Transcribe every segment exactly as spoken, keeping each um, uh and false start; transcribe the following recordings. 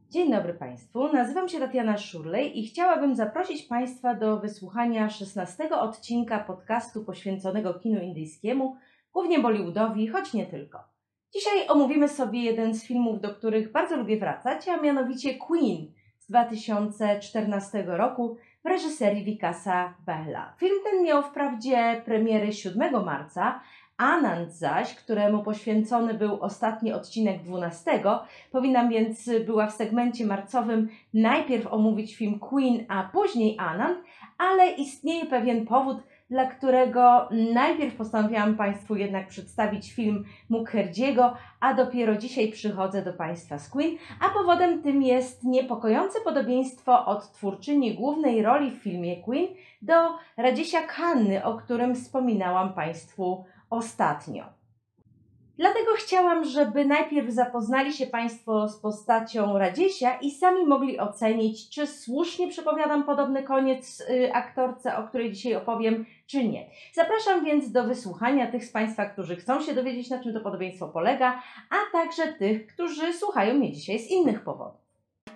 Dzień dobry Państwu, nazywam się Tatiana Szurlej i chciałabym zaprosić Państwa do wysłuchania szesnastego odcinka podcastu poświęconego kinu indyjskiemu, głównie Bollywoodowi, choć nie tylko. Dzisiaj omówimy sobie jeden z filmów, do których bardzo lubię wracać, a mianowicie Queen z dwa tysiące czternastego roku w reżyserii Vikasa Behla. Film ten miał wprawdzie premierę siódmego marca, Anand zaś, któremu poświęcony był ostatni odcinek dwunastego, powinnam więc była w segmencie marcowym najpierw omówić film Queen, a później Anand, ale istnieje pewien powód, dla którego najpierw postanowiłam Państwu jednak przedstawić film Mukherjeego, a dopiero dzisiaj przychodzę do Państwa z Queen, a powodem tym jest niepokojące podobieństwo od twórczyni głównej roli w filmie Queen do Rajesia Khanny, o którym wspominałam Państwu ostatnio. Dlatego chciałam, żeby najpierw zapoznali się Państwo z postacią Rajesia i sami mogli ocenić, czy słusznie przepowiadam podobny koniec y, aktorce, o której dzisiaj opowiem, czy nie. Zapraszam więc do wysłuchania tych z Państwa, którzy chcą się dowiedzieć, na czym to podobieństwo polega, a także tych, którzy słuchają mnie dzisiaj z innych powodów.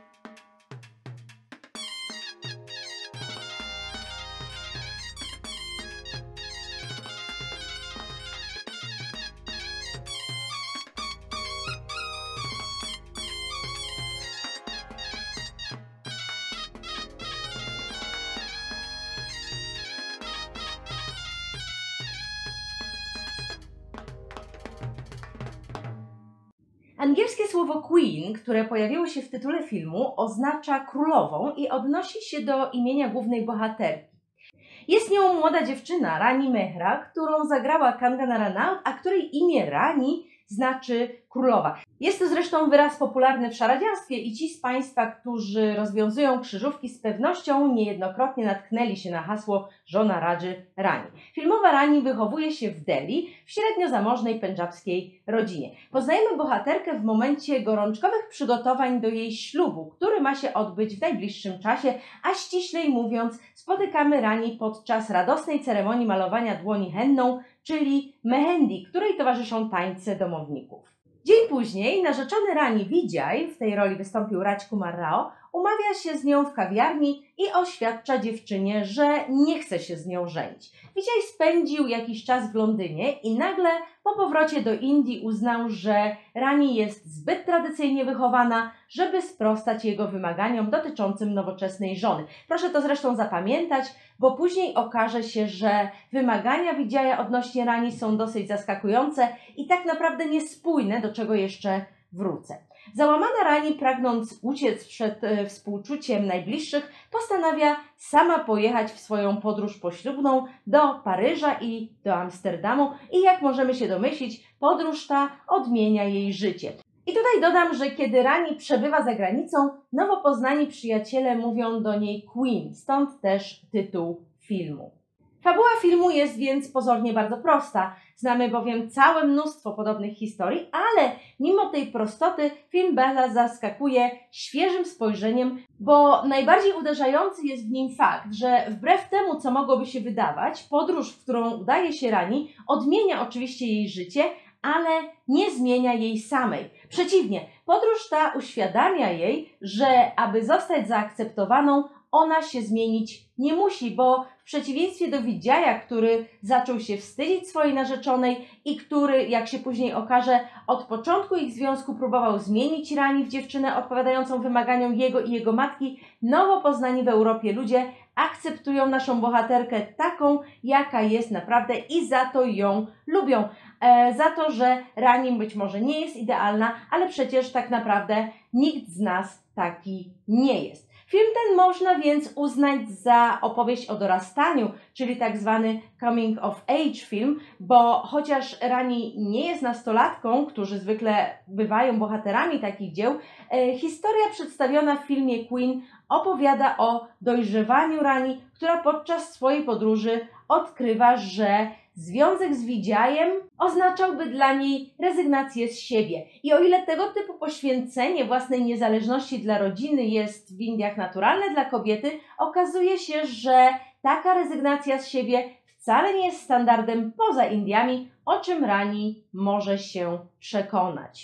Angielskie słowo Queen, które pojawiło się w tytule filmu, oznacza królową i odnosi się do imienia głównej bohaterki. Jest nią młoda dziewczyna, Rani Mehra, którą zagrała Kangana Ranaut, a której imię Rani znaczy królowa. Jest to zresztą wyraz popularny w szaradziarstwie i ci z Państwa, którzy rozwiązują krzyżówki, z pewnością niejednokrotnie natknęli się na hasło żona Radży Rani. Filmowa Rani wychowuje się w Delhi w średnio zamożnej pendżabskiej rodzinie. Poznajemy bohaterkę w momencie gorączkowych przygotowań do jej ślubu, który ma się odbyć w najbliższym czasie, a ściślej mówiąc spotykamy Rani podczas radosnej ceremonii malowania dłoni henną, czyli mehendi, której towarzyszą tańce domowników. Dzień później narzeczony Rani Vijay, w tej roli wystąpił Raj Kumar Rao, umawia się z nią w kawiarni i oświadcza dziewczynie, że nie chce się z nią żenić. Vijay spędził jakiś czas w Londynie i nagle po powrocie do Indii uznał, że Rani jest zbyt tradycyjnie wychowana, żeby sprostać jego wymaganiom dotyczącym nowoczesnej żony. Proszę to zresztą zapamiętać, bo później okaże się, że wymagania Vijaya odnośnie Rani są dosyć zaskakujące i tak naprawdę niespójne, do czego jeszcze wrócę. Załamana Rani, pragnąc uciec przed e, współczuciem najbliższych, postanawia sama pojechać w swoją podróż poślubną do Paryża i do Amsterdamu i jak możemy się domyślić, podróż ta odmienia jej życie. I tutaj dodam, że kiedy Rani przebywa za granicą, nowo poznani przyjaciele mówią do niej Queen, stąd też tytuł filmu. Fabuła filmu jest więc pozornie bardzo prosta. Znamy bowiem całe mnóstwo podobnych historii, ale mimo tej prostoty film Behla zaskakuje świeżym spojrzeniem, bo najbardziej uderzający jest w nim fakt, że wbrew temu, co mogłoby się wydawać, podróż, w którą udaje się Rani, odmienia oczywiście jej życie, ale nie zmienia jej samej. Przeciwnie, podróż ta uświadamia jej, że aby zostać zaakceptowaną, ona się zmienić nie musi, bo w przeciwieństwie do Vijaya, który zaczął się wstydzić swojej narzeczonej i który, jak się później okaże, od początku ich związku próbował zmienić Rani w dziewczynę odpowiadającą wymaganiom jego i jego matki, nowo poznani w Europie ludzie akceptują naszą bohaterkę taką, jaka jest naprawdę i za to ją lubią. E, za to, że Rani być może nie jest idealna, ale przecież tak naprawdę nikt z nas taki nie jest. Film ten można więc uznać za opowieść o dorastaniu, czyli tak zwany coming of age film, bo chociaż Rani nie jest nastolatką, którzy zwykle bywają bohaterami takich dzieł, e, historia przedstawiona w filmie Queen opowiada o dojrzewaniu Rani, która podczas swojej podróży odkrywa, że związek z Vijayem oznaczałby dla niej rezygnację z siebie. I o ile tego typu poświęcenie własnej niezależności dla rodziny jest w Indiach naturalne dla kobiety, okazuje się, że taka rezygnacja z siebie wcale nie jest standardem poza Indiami, o czym Rani może się przekonać.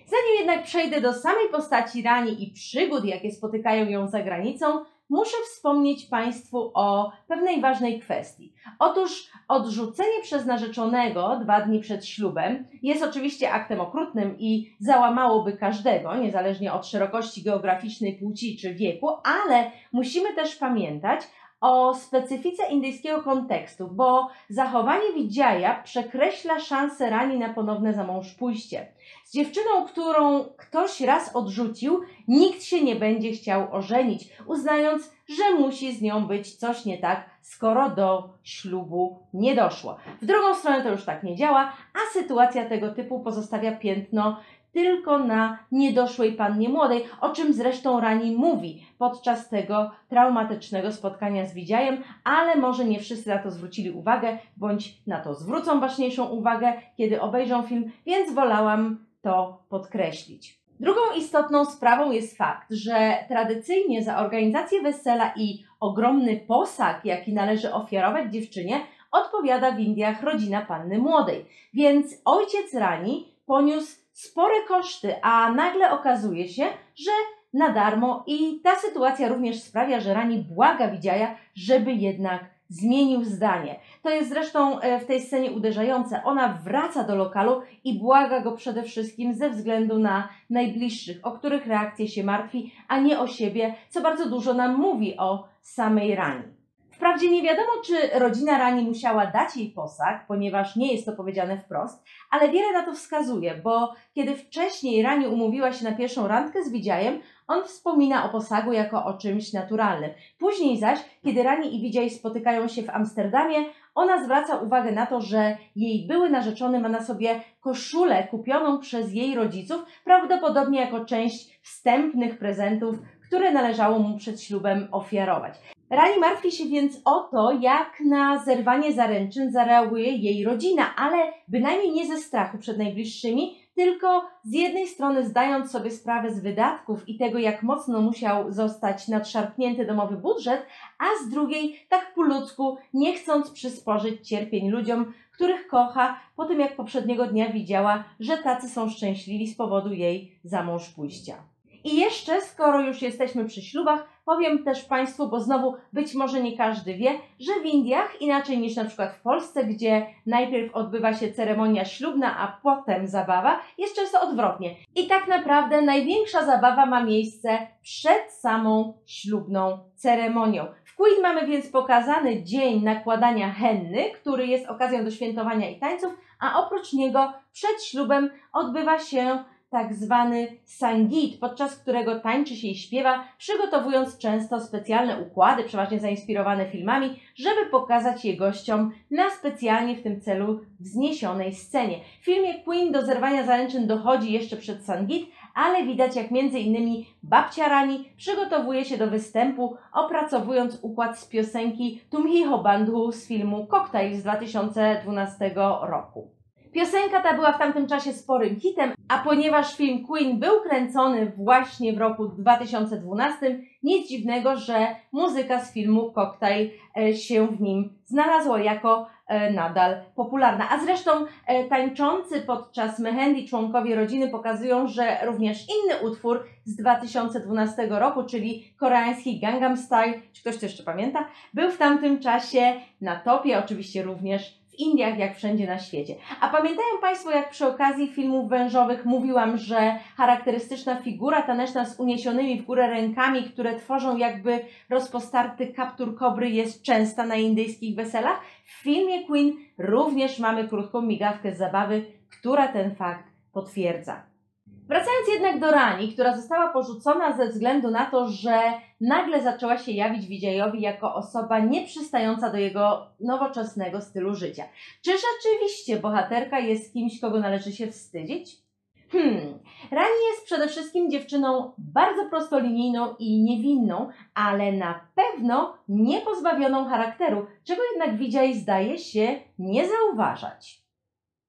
Zanim jednak przejdę do samej postaci Rani i przygód, jakie spotykają ją za granicą, muszę wspomnieć Państwu o pewnej ważnej kwestii. Otóż odrzucenie przez narzeczonego dwa dni przed ślubem jest oczywiście aktem okrutnym i załamałoby każdego, niezależnie od szerokości geograficznej, płci czy wieku, ale musimy też pamiętać o specyfice indyjskiego kontekstu, bo zachowanie Widziaja przekreśla szansę Rani na ponowne zamążpójście. Z dziewczyną, którą ktoś raz odrzucił, nikt się nie będzie chciał ożenić, uznając, że musi z nią być coś nie tak, skoro do ślubu nie doszło. W drugą stronę to już tak nie działa, a sytuacja tego typu pozostawia piętno tylko na niedoszłej pannie młodej, o czym zresztą Rani mówi podczas tego traumatycznego spotkania z Widziajem, ale może nie wszyscy na to zwrócili uwagę, bądź na to zwrócą ważniejszą uwagę, kiedy obejrzą film, więc wolałam to podkreślić. Drugą istotną sprawą jest fakt, że tradycyjnie za organizację wesela i ogromny posag, jaki należy ofiarować dziewczynie, odpowiada w Indiach rodzina panny młodej, więc ojciec Rani poniósł spore koszty, a nagle okazuje się, że na darmo i ta sytuacja również sprawia, że Rani błaga Widziaja, żeby jednak zmienił zdanie. To jest zresztą w tej scenie uderzające. Ona wraca do lokalu i błaga go przede wszystkim ze względu na najbliższych, o których reakcję się martwi, a nie o siebie, co bardzo dużo nam mówi o samej Rani. Wprawdzie nie wiadomo, czy rodzina Rani musiała dać jej posag, ponieważ nie jest to powiedziane wprost, ale wiele na to wskazuje, bo kiedy wcześniej Rani umówiła się na pierwszą randkę z Widziajem, on wspomina o posagu jako o czymś naturalnym. Później zaś, kiedy Rani i Widziaj spotykają się w Amsterdamie, ona zwraca uwagę na to, że jej były narzeczony ma na sobie koszulę kupioną przez jej rodziców, prawdopodobnie jako część wstępnych prezentów, które należało mu przed ślubem ofiarować. Rani martwi się więc o to, jak na zerwanie zaręczyn zareaguje jej rodzina, ale bynajmniej nie ze strachu przed najbliższymi, tylko z jednej strony zdając sobie sprawę z wydatków i tego, jak mocno musiał zostać nadszarpnięty domowy budżet, a z drugiej tak po ludzku, nie chcąc przysporzyć cierpień ludziom, których kocha, po tym jak poprzedniego dnia widziała, że tacy są szczęśliwi z powodu jej zamążpójścia. I jeszcze, skoro już jesteśmy przy ślubach, powiem też Państwu, bo znowu być może nie każdy wie, że w Indiach, inaczej niż na przykład w Polsce, gdzie najpierw odbywa się ceremonia ślubna, a potem zabawa, jest często odwrotnie. I tak naprawdę największa zabawa ma miejsce przed samą ślubną ceremonią. W Queen mamy więc pokazany dzień nakładania henny, który jest okazją do świętowania i tańców, a oprócz niego przed ślubem odbywa się tak zwany sangit, podczas którego tańczy się i śpiewa, przygotowując często specjalne układy, przeważnie zainspirowane filmami, żeby pokazać je gościom na specjalnie w tym celu wzniesionej scenie. W filmie Queen do zerwania zaręczyn dochodzi jeszcze przed sangit, ale widać, jak między innymi babcia Rani przygotowuje się do występu, opracowując układ z piosenki Tum Hi Ho Bandhu z filmu Cocktail z dwa tysiące dwunastego roku. Piosenka ta była w tamtym czasie sporym hitem, a ponieważ film Queen był kręcony właśnie w roku dwa tysiące dwunastym, nic dziwnego, że muzyka z filmu Cocktail się w nim znalazła jako nadal popularna. A zresztą tańczący podczas mehendi członkowie rodziny pokazują, że również inny utwór z dwa tysiące dwunastego roku, czyli koreański Gangnam Style, czy ktoś to jeszcze pamięta, był w tamtym czasie na topie, oczywiście również w Indiach, jak wszędzie na świecie. A pamiętają Państwo, jak przy okazji filmów wężowych mówiłam, że charakterystyczna figura taneczna z uniesionymi w górę rękami, które tworzą jakby rozpostarty kaptur kobry, jest częsta na indyjskich weselach? W filmie Queen również mamy krótką migawkę z zabawy, która ten fakt potwierdza. Wracając jednak do Rani, która została porzucona ze względu na to, że nagle zaczęła się jawić Widziajowi jako osoba nieprzystająca do jego nowoczesnego stylu życia. Czy rzeczywiście bohaterka jest kimś, kogo należy się wstydzić? Hmm, Rani jest przede wszystkim dziewczyną bardzo prostolinijną i niewinną, ale na pewno nie pozbawioną charakteru, czego jednak Widziaj zdaje się nie zauważać.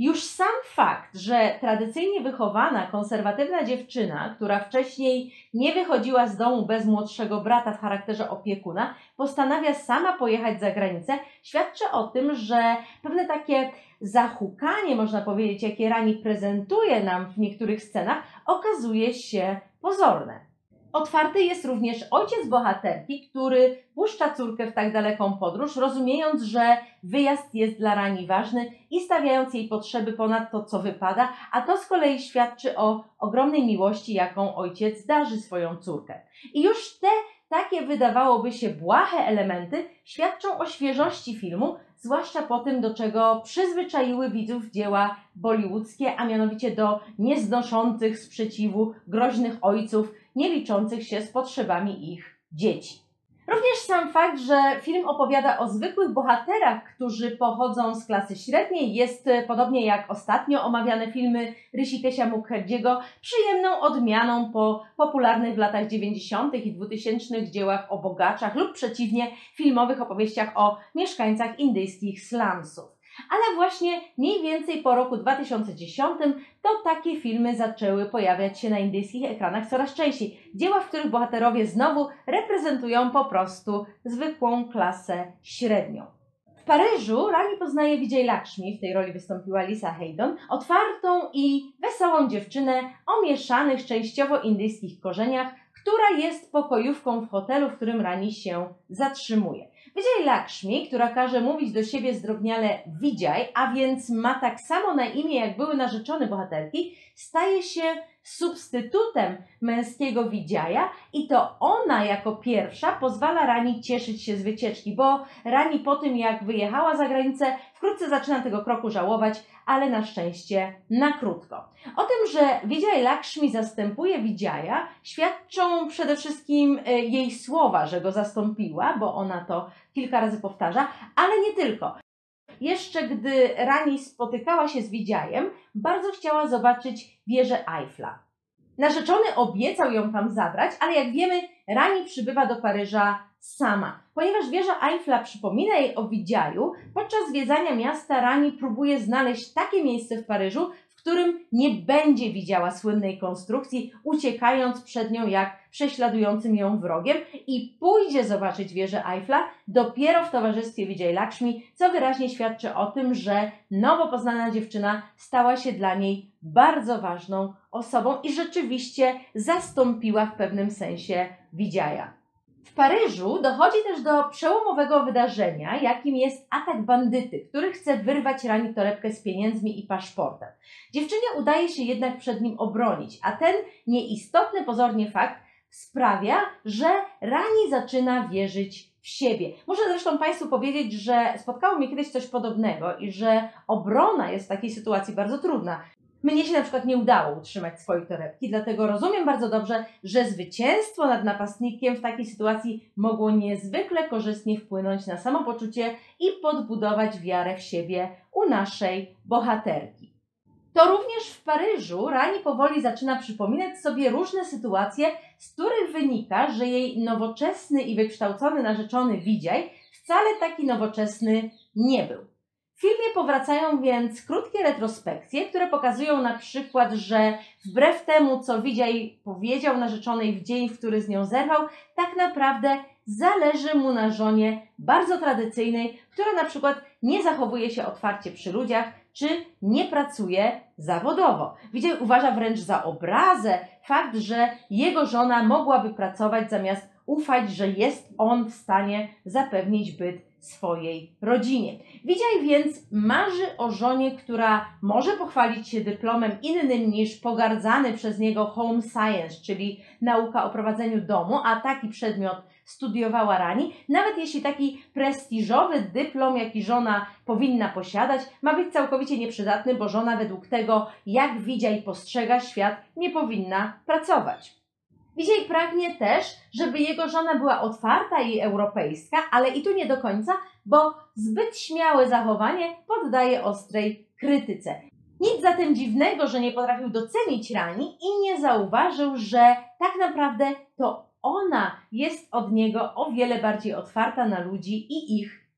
Już sam fakt, że tradycyjnie wychowana, konserwatywna dziewczyna, która wcześniej nie wychodziła z domu bez młodszego brata w charakterze opiekuna, postanawia sama pojechać za granicę, świadczy o tym, że pewne takie zahukanie, można powiedzieć, jakie Rani prezentuje nam w niektórych scenach, okazuje się pozorne. Otwarty jest również ojciec bohaterki, który puszcza córkę w tak daleką podróż, rozumiejąc, że wyjazd jest dla Rani ważny i stawiając jej potrzeby ponad to, co wypada, a to z kolei świadczy o ogromnej miłości, jaką ojciec darzy swoją córkę. I już te takie wydawałoby się błahe elementy świadczą o świeżości filmu, zwłaszcza po tym, do czego przyzwyczaiły widzów dzieła bollywoodzkie, a mianowicie do nieznoszących sprzeciwu groźnych ojców, nie liczących się z potrzebami ich dzieci. Również sam fakt, że film opowiada o zwykłych bohaterach, którzy pochodzą z klasy średniej, jest, podobnie jak ostatnio omawiane filmy Hrishikesia Mukherjeego, przyjemną odmianą po popularnych w latach dziewięćdziesiątych i dwutysięcznych dziełach o bogaczach lub przeciwnie filmowych opowieściach o mieszkańcach indyjskich slumsów. Ale właśnie mniej więcej po roku dwa tysiące dziesiątym to takie filmy zaczęły pojawiać się na indyjskich ekranach coraz częściej. Dzieła, w których bohaterowie znowu reprezentują po prostu zwykłą klasę średnią. W Paryżu Rani poznaje Vijay Lakshmi, w tej roli wystąpiła Lisa Haydon, otwartą i wesołą dziewczynę o mieszanych częściowo indyjskich korzeniach, która jest pokojówką w hotelu, w którym Rani się zatrzymuje. Vijay Lakshmi, która każe mówić do siebie zdrobniale Vijay, a więc ma tak samo na imię jak były narzeczony bohaterki, staje się substytutem męskiego Vijaya i to ona jako pierwsza pozwala Rani cieszyć się z wycieczki, bo Rani po tym jak wyjechała za granicę wkrótce zaczyna tego kroku żałować, ale na szczęście na krótko. O tym, że Vijay Lakshmi zastępuje Vijaya, świadczą przede wszystkim jej słowa, że go zastąpiła, bo ona to kilka razy powtarza, ale nie tylko. Jeszcze gdy Rani spotykała się z Vijayem, bardzo chciała zobaczyć wieżę Eiffla. Narzeczony obiecał ją tam zabrać, ale jak wiemy, Rani przybywa do Paryża sama. Ponieważ wieża Eiffla przypomina jej o Vijayu, podczas zwiedzania miasta Rani próbuje znaleźć takie miejsce w Paryżu, w którym nie będzie widziała słynnej konstrukcji, uciekając przed nią jak prześladującym ją wrogiem i pójdzie zobaczyć wieżę Eiffla dopiero w towarzystwie Vijay Lakshmi, co wyraźnie świadczy o tym, że nowo poznana dziewczyna stała się dla niej bardzo ważną osobą i rzeczywiście zastąpiła w pewnym sensie Vijaya. W Paryżu dochodzi też do przełomowego wydarzenia, jakim jest atak bandyty, który chce wyrwać Rani torebkę z pieniędzmi i paszportem. Dziewczynie udaje się jednak przed nim obronić, a ten nieistotny pozornie fakt sprawia, że Rani zaczyna wierzyć w siebie. Muszę zresztą Państwu powiedzieć, że spotkało mnie kiedyś coś podobnego i że obrona jest w takiej sytuacji bardzo trudna. Mnie się na przykład nie udało utrzymać swojej torebki, dlatego rozumiem bardzo dobrze, że zwycięstwo nad napastnikiem w takiej sytuacji mogło niezwykle korzystnie wpłynąć na samopoczucie i podbudować wiarę w siebie u naszej bohaterki. To również w Paryżu Rani powoli zaczyna przypominać sobie różne sytuacje, z których wynika, że jej nowoczesny i wykształcony narzeczony Vijay wcale taki nowoczesny nie był. W filmie powracają więc krótkie retrospekcje, które pokazują na przykład, że wbrew temu, co Vijay powiedział narzeczonej w dzień, w który z nią zerwał, tak naprawdę zależy mu na żonie bardzo tradycyjnej, która na przykład nie zachowuje się otwarcie przy ludziach, czy nie pracuje zawodowo. Vijay uważa wręcz za obrazę fakt, że jego żona mogłaby pracować zamiast ufać, że jest on w stanie zapewnić byt swojej rodzinie. Vijay więc marzy o żonie, która może pochwalić się dyplomem innym niż pogardzany przez niego home science, czyli nauka o prowadzeniu domu, a taki przedmiot studiowała Rani. Nawet jeśli taki prestiżowy dyplom, jaki żona powinna posiadać, ma być całkowicie nieprzydatny, bo żona według tego, jak Vijay postrzega świat, nie powinna pracować. Vijay pragnie też, żeby jego żona była otwarta i europejska, ale i tu nie do końca, bo zbyt śmiałe zachowanie poddaje ostrej krytyce. Nic zatem dziwnego, że nie potrafił docenić Rani i nie zauważył, że tak naprawdę to ona jest od niego o wiele bardziej otwarta na ludzi i ich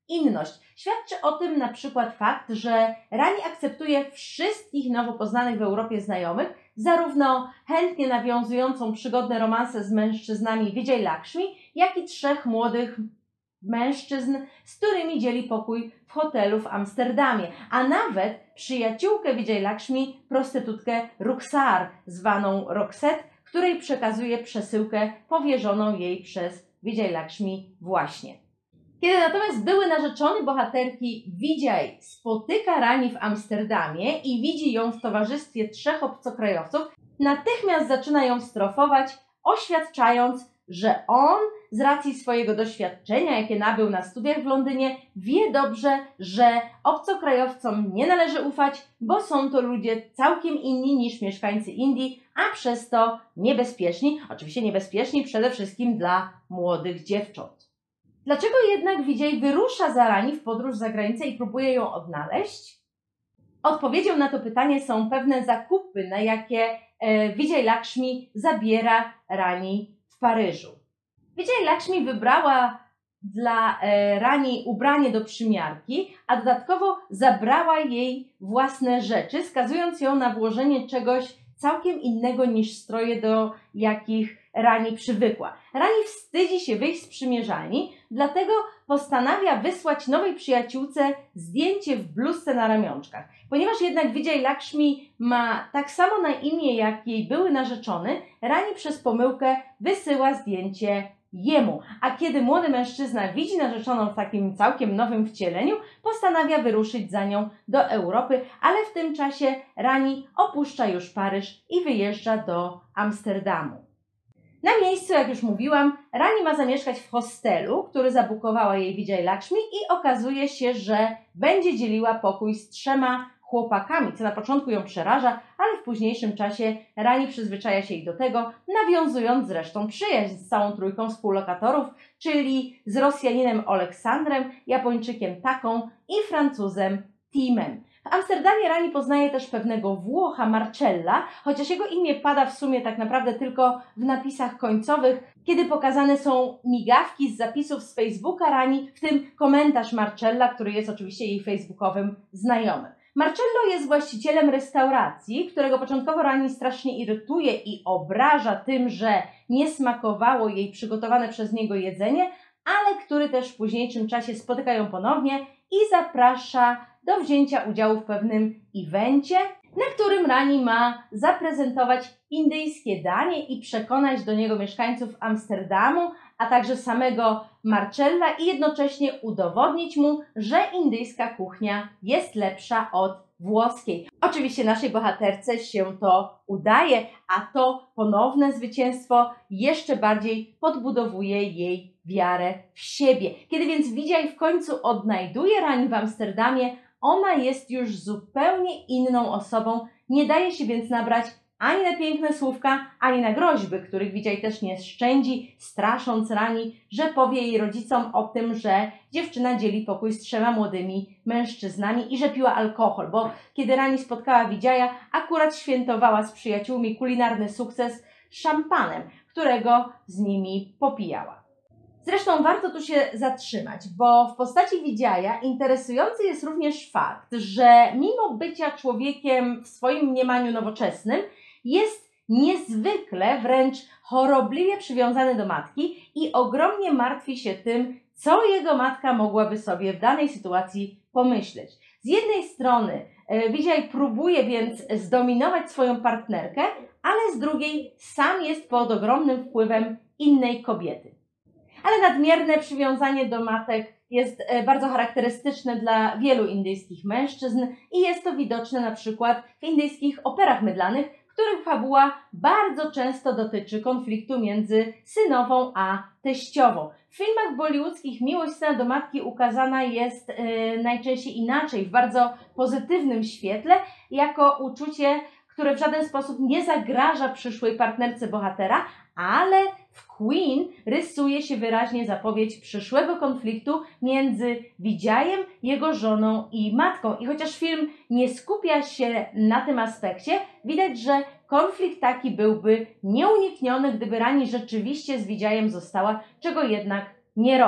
inność. Świadczy o tym na przykład fakt, że Rani akceptuje wszystkich nowo poznanych w Europie znajomych, zarówno chętnie nawiązującą przygodne romanse z mężczyznami Vijay Lakshmi, jak i trzech młodych mężczyzn, z którymi dzieli pokój w hotelu w Amsterdamie, a nawet przyjaciółkę Vijay Lakshmi, prostytutkę Ruxar, zwaną Roxette, której przekazuje przesyłkę powierzoną jej przez Vijay Lakshmi właśnie. Kiedy natomiast były narzeczony bohaterki Vijay spotyka Rani w Amsterdamie i widzi ją w towarzystwie trzech obcokrajowców, natychmiast zaczyna ją strofować, oświadczając, że on z racji swojego doświadczenia, jakie nabył na studiach w Londynie, wie dobrze, że obcokrajowcom nie należy ufać, bo są to ludzie całkiem inni niż mieszkańcy Indii, a przez to niebezpieczni, oczywiście niebezpieczni przede wszystkim dla młodych dziewcząt. Dlaczego jednak Vijay wyrusza za Rani w podróż za granicę i próbuje ją odnaleźć? Odpowiedzią na to pytanie są pewne zakupy, na jakie e, Vijay Lakshmi zabiera Rani w Paryżu. Vijay Lakshmi wybrała dla e, Rani ubranie do przymiarki, a dodatkowo zabrała jej własne rzeczy, skazując ją na włożenie czegoś całkiem innego niż stroje, do jakich Rani przywykła. Rani wstydzi się wyjść z przymierzalni, dlatego postanawia wysłać nowej przyjaciółce zdjęcie w bluzce na ramionczkach. Ponieważ jednak Vijay Lakshmi ma tak samo na imię jak jej były narzeczony, Rani przez pomyłkę wysyła zdjęcie jemu, a kiedy młody mężczyzna widzi narzeczoną w takim całkiem nowym wcieleniu, postanawia wyruszyć za nią do Europy, ale w tym czasie Rani opuszcza już Paryż i wyjeżdża do Amsterdamu. Na miejscu, jak już mówiłam, Rani ma zamieszkać w hostelu, który zabukowała jej Vijay Lakshmi i okazuje się, że będzie dzieliła pokój z trzema chłopakami, co na początku ją przeraża, ale w późniejszym czasie Rani przyzwyczaja się ich do tego, nawiązując zresztą przyjaźń z całą trójką współlokatorów, czyli z Rosjaninem Oleksandrem, Japończykiem Taką i Francuzem Timem. W Amsterdamie Rani poznaje też pewnego Włocha Marcella, chociaż jego imię pada w sumie tak naprawdę tylko w napisach końcowych, kiedy pokazane są migawki z zapisów z Facebooka Rani, w tym komentarz Marcella, który jest oczywiście jej facebookowym znajomym. Marcello jest właścicielem restauracji, którego początkowo Rani strasznie irytuje i obraża tym, że nie smakowało jej przygotowane przez niego jedzenie, ale który też w późniejszym czasie spotyka ją ponownie i zaprasza do wzięcia udziału w pewnym evencie, na którym Rani ma zaprezentować indyjskie danie i przekonać do niego mieszkańców Amsterdamu, a także samego Marcella i jednocześnie udowodnić mu, że indyjska kuchnia jest lepsza od włoskiej. Oczywiście naszej bohaterce się to udaje, a to ponowne zwycięstwo jeszcze bardziej podbudowuje jej wiarę w siebie. Kiedy więc Vijay w końcu odnajduje Rani w Amsterdamie, ona jest już zupełnie inną osobą, nie daje się więc nabrać ani na piękne słówka, ani na groźby, których Vijay też nie szczędzi, strasząc Rani, że powie jej rodzicom o tym, że dziewczyna dzieli pokój z trzema młodymi mężczyznami i że piła alkohol, bo kiedy Rani spotkała Vijaya, akurat świętowała z przyjaciółmi kulinarny sukces szampanem, którego z nimi popijała. Zresztą warto tu się zatrzymać, bo w postaci Vijaya interesujący jest również fakt, że mimo bycia człowiekiem w swoim mniemaniu nowoczesnym, jest niezwykle, wręcz chorobliwie przywiązany do matki i ogromnie martwi się tym, co jego matka mogłaby sobie w danej sytuacji pomyśleć. Z jednej strony Vijay próbuje więc zdominować swoją partnerkę, ale z drugiej sam jest pod ogromnym wpływem innej kobiety. Ale nadmierne przywiązanie do matek jest bardzo charakterystyczne dla wielu indyjskich mężczyzn i jest to widoczne na przykład w indyjskich operach mydlanych, których fabuła bardzo często dotyczy konfliktu między synową a teściową. W filmach bollywoodzkich miłość syna do matki ukazana jest yy, najczęściej inaczej, w bardzo pozytywnym świetle, jako uczucie, które w żaden sposób nie zagraża przyszłej partnerce bohatera, ale w Queen rysuje się wyraźnie zapowiedź przyszłego konfliktu między Vijayem, jego żoną i matką. I chociaż film nie skupia się na tym aspekcie, widać, że konflikt taki byłby nieunikniony, gdyby Rani rzeczywiście z Vijayem została, czego jednak nie robi.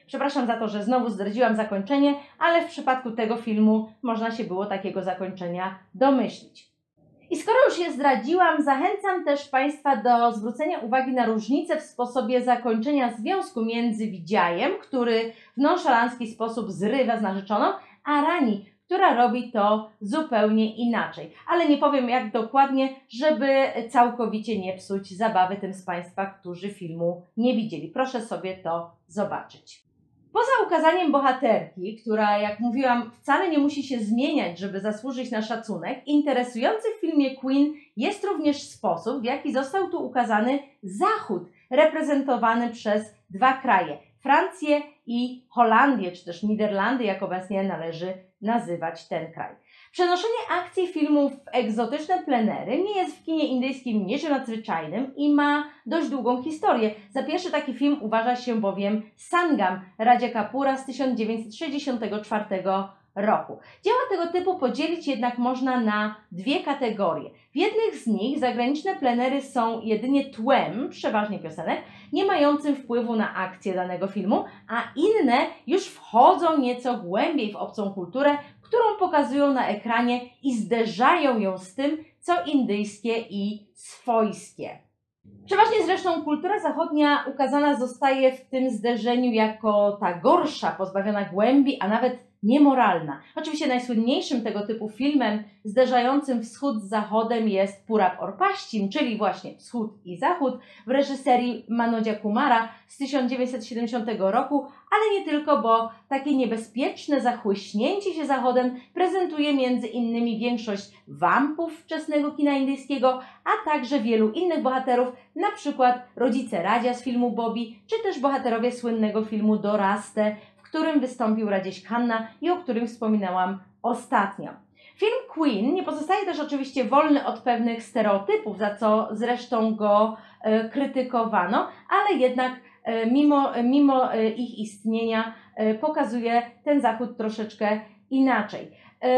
Przepraszam za to, że znowu zdradziłam zakończenie, ale w przypadku tego filmu można się było takiego zakończenia domyślić. I skoro już je zdradziłam, zachęcam też Państwa do zwrócenia uwagi na różnicę w sposobie zakończenia związku między Widziajem, który w nonszalancki sposób zrywa z narzeczoną, a Rani, która robi to zupełnie inaczej. Ale nie powiem jak dokładnie, żeby całkowicie nie psuć zabawy tym z Państwa, którzy filmu nie widzieli. Proszę sobie to zobaczyć. Poza ukazaniem bohaterki, która, jak mówiłam, wcale nie musi się zmieniać, żeby zasłużyć na szacunek, interesujący w filmie Queen jest również sposób, w jaki został tu ukazany Zachód, reprezentowany przez dwa kraje, Francję i Holandię, czy też Niderlandy, jak obecnie należy nazywać ten kraj. Przenoszenie akcji filmu w egzotyczne plenery nie jest w kinie indyjskim niczym nadzwyczajnym i ma dość długą historię. Za pierwszy taki film uważa się bowiem Sangam Raja Kapura z tysiąc dziewięćset sześćdziesiątego czwartego roku. Dzieła tego typu podzielić jednak można na dwie kategorie. W jednych z nich zagraniczne plenery są jedynie tłem, przeważnie piosenek, nie mającym wpływu na akcję danego filmu, a inne już wchodzą nieco głębiej w obcą kulturę, którą pokazują na ekranie i zderzają ją z tym, co indyjskie i swojskie. Przeważnie zresztą kultura zachodnia ukazana zostaje w tym zderzeniu jako ta gorsza, pozbawiona głębi, a nawet niemoralna. Oczywiście najsłynniejszym tego typu filmem zderzającym wschód z zachodem jest Purab Aur Paschim, czyli właśnie wschód i zachód w reżyserii Manodja Kumara z tysiąc dziewięćset siedemdziesiątego roku, ale nie tylko, bo takie niebezpieczne zachłyśnięcie się zachodem prezentuje między innymi większość wampów wczesnego kina indyjskiego, a także wielu innych bohaterów, na przykład rodzice Radzia z filmu Bobby, czy też bohaterowie słynnego filmu Doraste, w którym wystąpił Rajesh Khanna i o którym wspominałam ostatnio. Film Queen nie pozostaje też oczywiście wolny od pewnych stereotypów, za co zresztą go e, krytykowano, ale jednak e, mimo, mimo e, ich istnienia e, pokazuje ten zachód troszeczkę inaczej.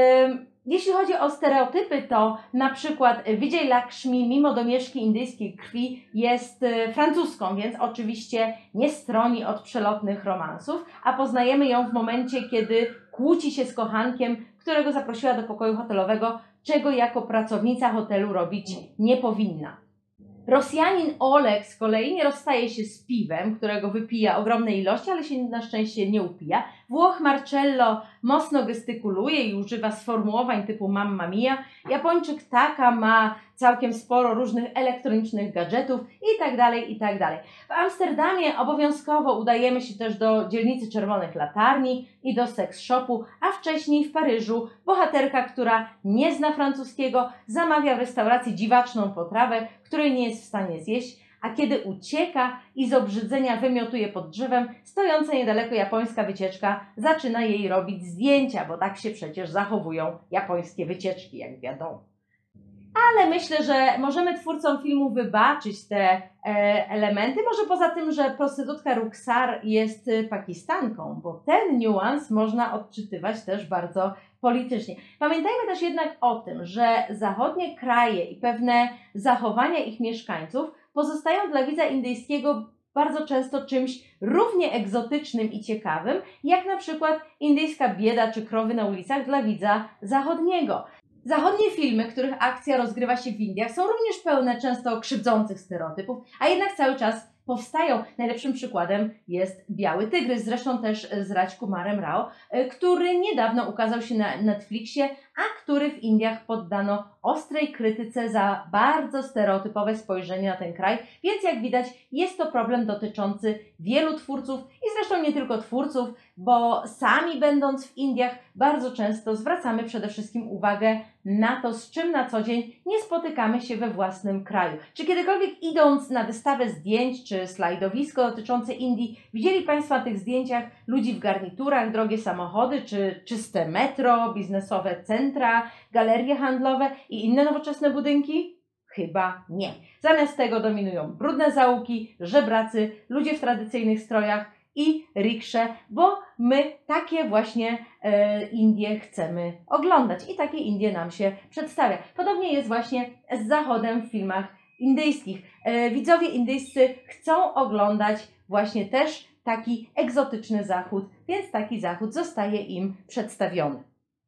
E, Jeśli chodzi o stereotypy, to na przykład Vijay Lakshmi, mimo domieszki indyjskiej krwi, jest francuską, więc oczywiście nie stroni od przelotnych romansów, a poznajemy ją w momencie, kiedy kłóci się z kochankiem, którego zaprosiła do pokoju hotelowego, czego jako pracownica hotelu robić nie powinna. Rosjanin Oleg z kolei nie rozstaje się z piwem, którego wypija ogromne ilości, ale się na szczęście nie upija. Włoch Marcello mocno gestykuluje i używa sformułowań typu mamma mia. Japończyk Taka ma całkiem sporo różnych elektronicznych gadżetów itd., itd. W Amsterdamie obowiązkowo udajemy się też do dzielnicy Czerwonych Latarni i do seks shopu, a wcześniej w Paryżu bohaterka, która nie zna francuskiego, zamawia w restauracji dziwaczną potrawę, której nie jest w stanie zjeść, a kiedy ucieka i z obrzydzenia wymiotuje pod drzewem, stojąca niedaleko japońska wycieczka zaczyna jej robić zdjęcia, bo tak się przecież zachowują japońskie wycieczki, jak wiadomo. Ale myślę, że możemy twórcom filmu wybaczyć te e, elementy, może poza tym, że prostytutka Ruksar jest Pakistanką, bo ten niuans można odczytywać też bardzo politycznie. Pamiętajmy też jednak o tym, że zachodnie kraje i pewne zachowania ich mieszkańców pozostają dla widza indyjskiego bardzo często czymś równie egzotycznym i ciekawym, jak na przykład indyjska bieda czy krowy na ulicach dla widza zachodniego. Zachodnie filmy, których akcja rozgrywa się w Indiach, są również pełne często krzywdzących stereotypów, a jednak cały czas powstają. Najlepszym przykładem jest Biały Tygrys, zresztą też z Raj Kumarem Rao, który niedawno ukazał się na Netflixie, a który w Indiach poddano ostrej krytyce za bardzo stereotypowe spojrzenie na ten kraj, więc jak widać jest to problem dotyczący wielu twórców i zresztą nie tylko twórców, bo sami będąc w Indiach bardzo często zwracamy przede wszystkim uwagę na to, z czym na co dzień nie spotykamy się we własnym kraju. Czy kiedykolwiek idąc na wystawę zdjęć czy slajdowisko dotyczące Indii, widzieli Państwo na tych zdjęciach ludzi w garniturach, drogie samochody, czy czyste metro, biznesowe centra, galerie handlowe i inne nowoczesne budynki? Chyba nie. Zamiast tego dominują brudne zaułki, żebracy, ludzie w tradycyjnych strojach i riksze, bo my takie właśnie e, Indie chcemy oglądać i takie Indie nam się przedstawia. Podobnie jest właśnie z Zachodem w filmach indyjskich. E, widzowie indyjscy chcą oglądać właśnie też taki egzotyczny zachód, więc taki zachód zostaje im przedstawiony.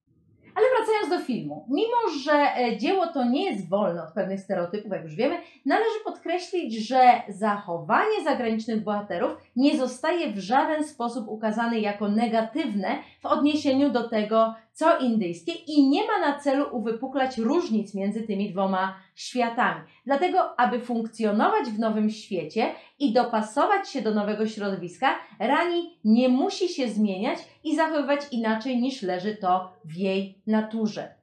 Ale wracając do filmu, mimo że dzieło to nie jest wolne od pewnych stereotypów, jak już wiemy, należy podkreślić, że zachowanie zagranicznych bohaterów nie zostaje w żaden sposób ukazane jako negatywne w odniesieniu do tego, co indyjskie i nie ma na celu uwypuklać różnic między tymi dwoma światami. Dlatego, aby funkcjonować w nowym świecie i dopasować się do nowego środowiska, Rani nie musi się zmieniać i zachowywać inaczej niż leży to w jej naturze.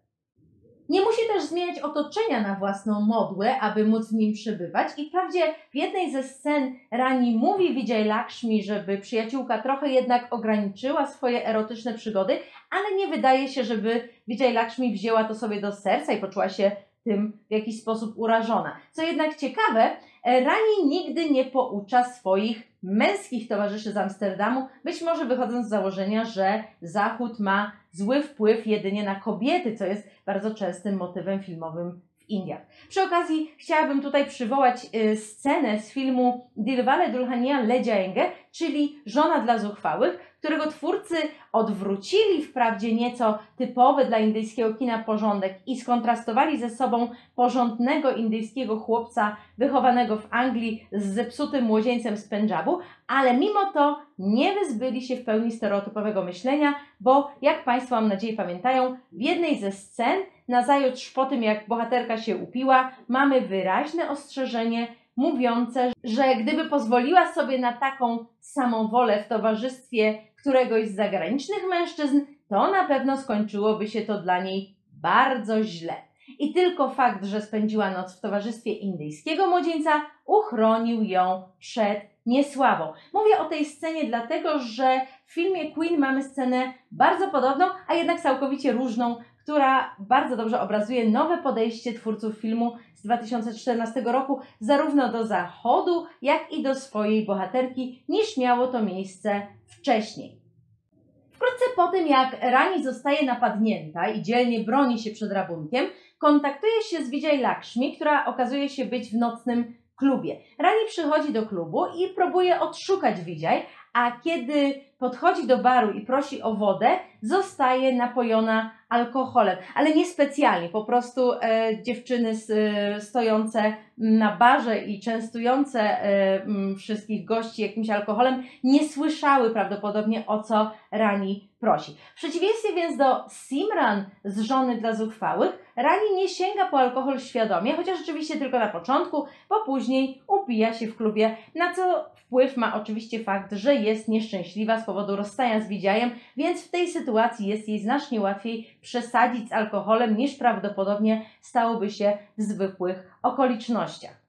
Nie musi też zmieniać otoczenia na własną modłę, aby móc w nim przebywać i wprawdzie w jednej ze scen Rani mówi Vijayalakshmi, żeby przyjaciółka trochę jednak ograniczyła swoje erotyczne przygody, ale nie wydaje się, żeby Vijayalakshmi wzięła to sobie do serca i poczuła się tym w jakiś sposób urażona. Co jednak ciekawe, Rani nigdy nie poucza swoich męskich towarzyszy z Amsterdamu, być może wychodząc z założenia, że Zachód ma zły wpływ jedynie na kobiety, co jest bardzo częstym motywem filmowym w Indiach. Przy okazji chciałabym tutaj przywołać y, scenę z filmu Dilwale Dulhania Le Jayenge, czyli Żona dla zuchwałych, którego twórcy odwrócili wprawdzie nieco typowy dla indyjskiego kina porządek i skontrastowali ze sobą porządnego indyjskiego chłopca wychowanego w Anglii z zepsutym młodzieńcem z Pendżabu, ale mimo to nie wyzbyli się w pełni stereotypowego myślenia, bo jak Państwo mam nadzieję pamiętają, w jednej ze scen nazajutrz po tym jak bohaterka się upiła, mamy wyraźne ostrzeżenie mówiące, że gdyby pozwoliła sobie na taką samą wolę w towarzystwie któregoś z zagranicznych mężczyzn, to na pewno skończyłoby się to dla niej bardzo źle. I tylko fakt, że spędziła noc w towarzystwie indyjskiego młodzieńca, uchronił ją przed niesławą. Mówię o tej scenie dlatego, że w filmie Queen mamy scenę bardzo podobną, a jednak całkowicie różną, która bardzo dobrze obrazuje nowe podejście twórców filmu z dwa tysiące czternastego roku zarówno do Zachodu, jak i do swojej bohaterki, niż miało to miejsce wcześniej. Wkrótce po tym, jak Rani zostaje napadnięta i dzielnie broni się przed rabunkiem, kontaktuje się z Vijayalakshmi, która okazuje się być w nocnym klubie. Rani przychodzi do klubu i próbuje odszukać Vijay, a kiedy podchodzi do baru i prosi o wodę, zostaje napojona alkoholem, ale nie specjalnie, po prostu e, dziewczyny s, e, stojące na barze i częstujące e, m, wszystkich gości jakimś alkoholem nie słyszały prawdopodobnie, o co Rani prosi. W przeciwieństwie więc do Simran z Żony dla zuchwałych, Rani nie sięga po alkohol świadomie, chociaż oczywiście tylko na początku, bo później upija się w klubie, na co wpływ ma oczywiście fakt, że jest nieszczęśliwa z powodu rozstania z Vijayem, więc w tej sytuacji jest jej znacznie łatwiej przesadzić z alkoholem niż prawdopodobnie stałoby się w zwykłych okolicznościach.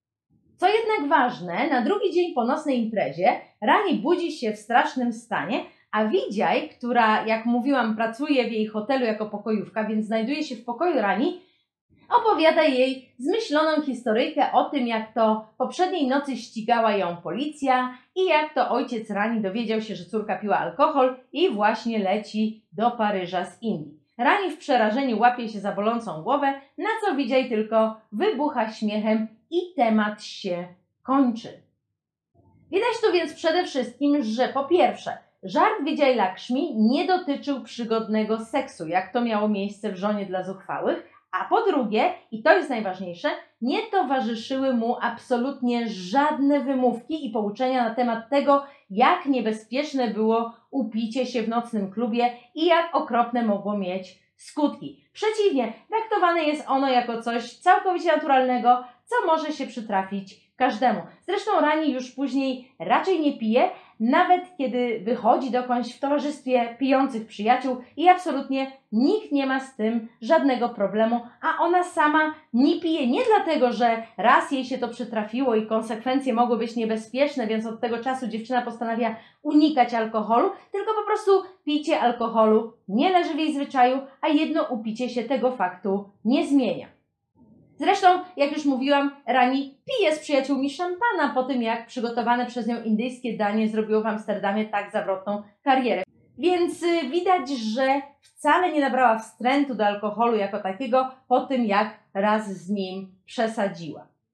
Co jednak ważne, na drugi dzień po nocnej imprezie Rani budzi się w strasznym stanie, a Vijay, która jak mówiłam pracuje w jej hotelu jako pokojówka, więc znajduje się w pokoju Rani, opowiada jej zmyśloną historyjkę o tym, jak to poprzedniej nocy ścigała ją policja i jak to ojciec Rani dowiedział się, że córka piła alkohol i właśnie leci do Paryża z Indii. Rani w przerażeniu łapie się za bolącą głowę, na co Vijay tylko wybucha śmiechem i temat się kończy. Widać tu więc przede wszystkim, że po pierwsze, żart Vijayalakshmi nie dotyczył przygodnego seksu, jak to miało miejsce w Żonie dla zuchwałych, a po drugie, i to jest najważniejsze, nie towarzyszyły mu absolutnie żadne wymówki i pouczenia na temat tego, jak niebezpieczne było upicie się w nocnym klubie i jak okropne mogło mieć skutki. Przeciwnie, traktowane jest ono jako coś całkowicie naturalnego, co może się przytrafić każdemu. Zresztą Rani już później raczej nie pije, nawet kiedy wychodzi dokądś w towarzystwie pijących przyjaciół i absolutnie nikt nie ma z tym żadnego problemu, a ona sama nie pije nie dlatego, że raz jej się to przytrafiło i konsekwencje mogły być niebezpieczne, więc od tego czasu dziewczyna postanawia unikać alkoholu, tylko po prostu picie alkoholu nie leży w jej zwyczaju, a jedno upicie się tego faktu nie zmienia. Zresztą, jak już mówiłam, Rani pije z przyjaciółmi szampana po tym, jak przygotowane przez nią indyjskie danie zrobiło w Amsterdamie tak zawrotną karierę. Więc y, widać, że wcale nie nabrała wstrętu do alkoholu jako takiego po tym, jak raz z nim przesadziła.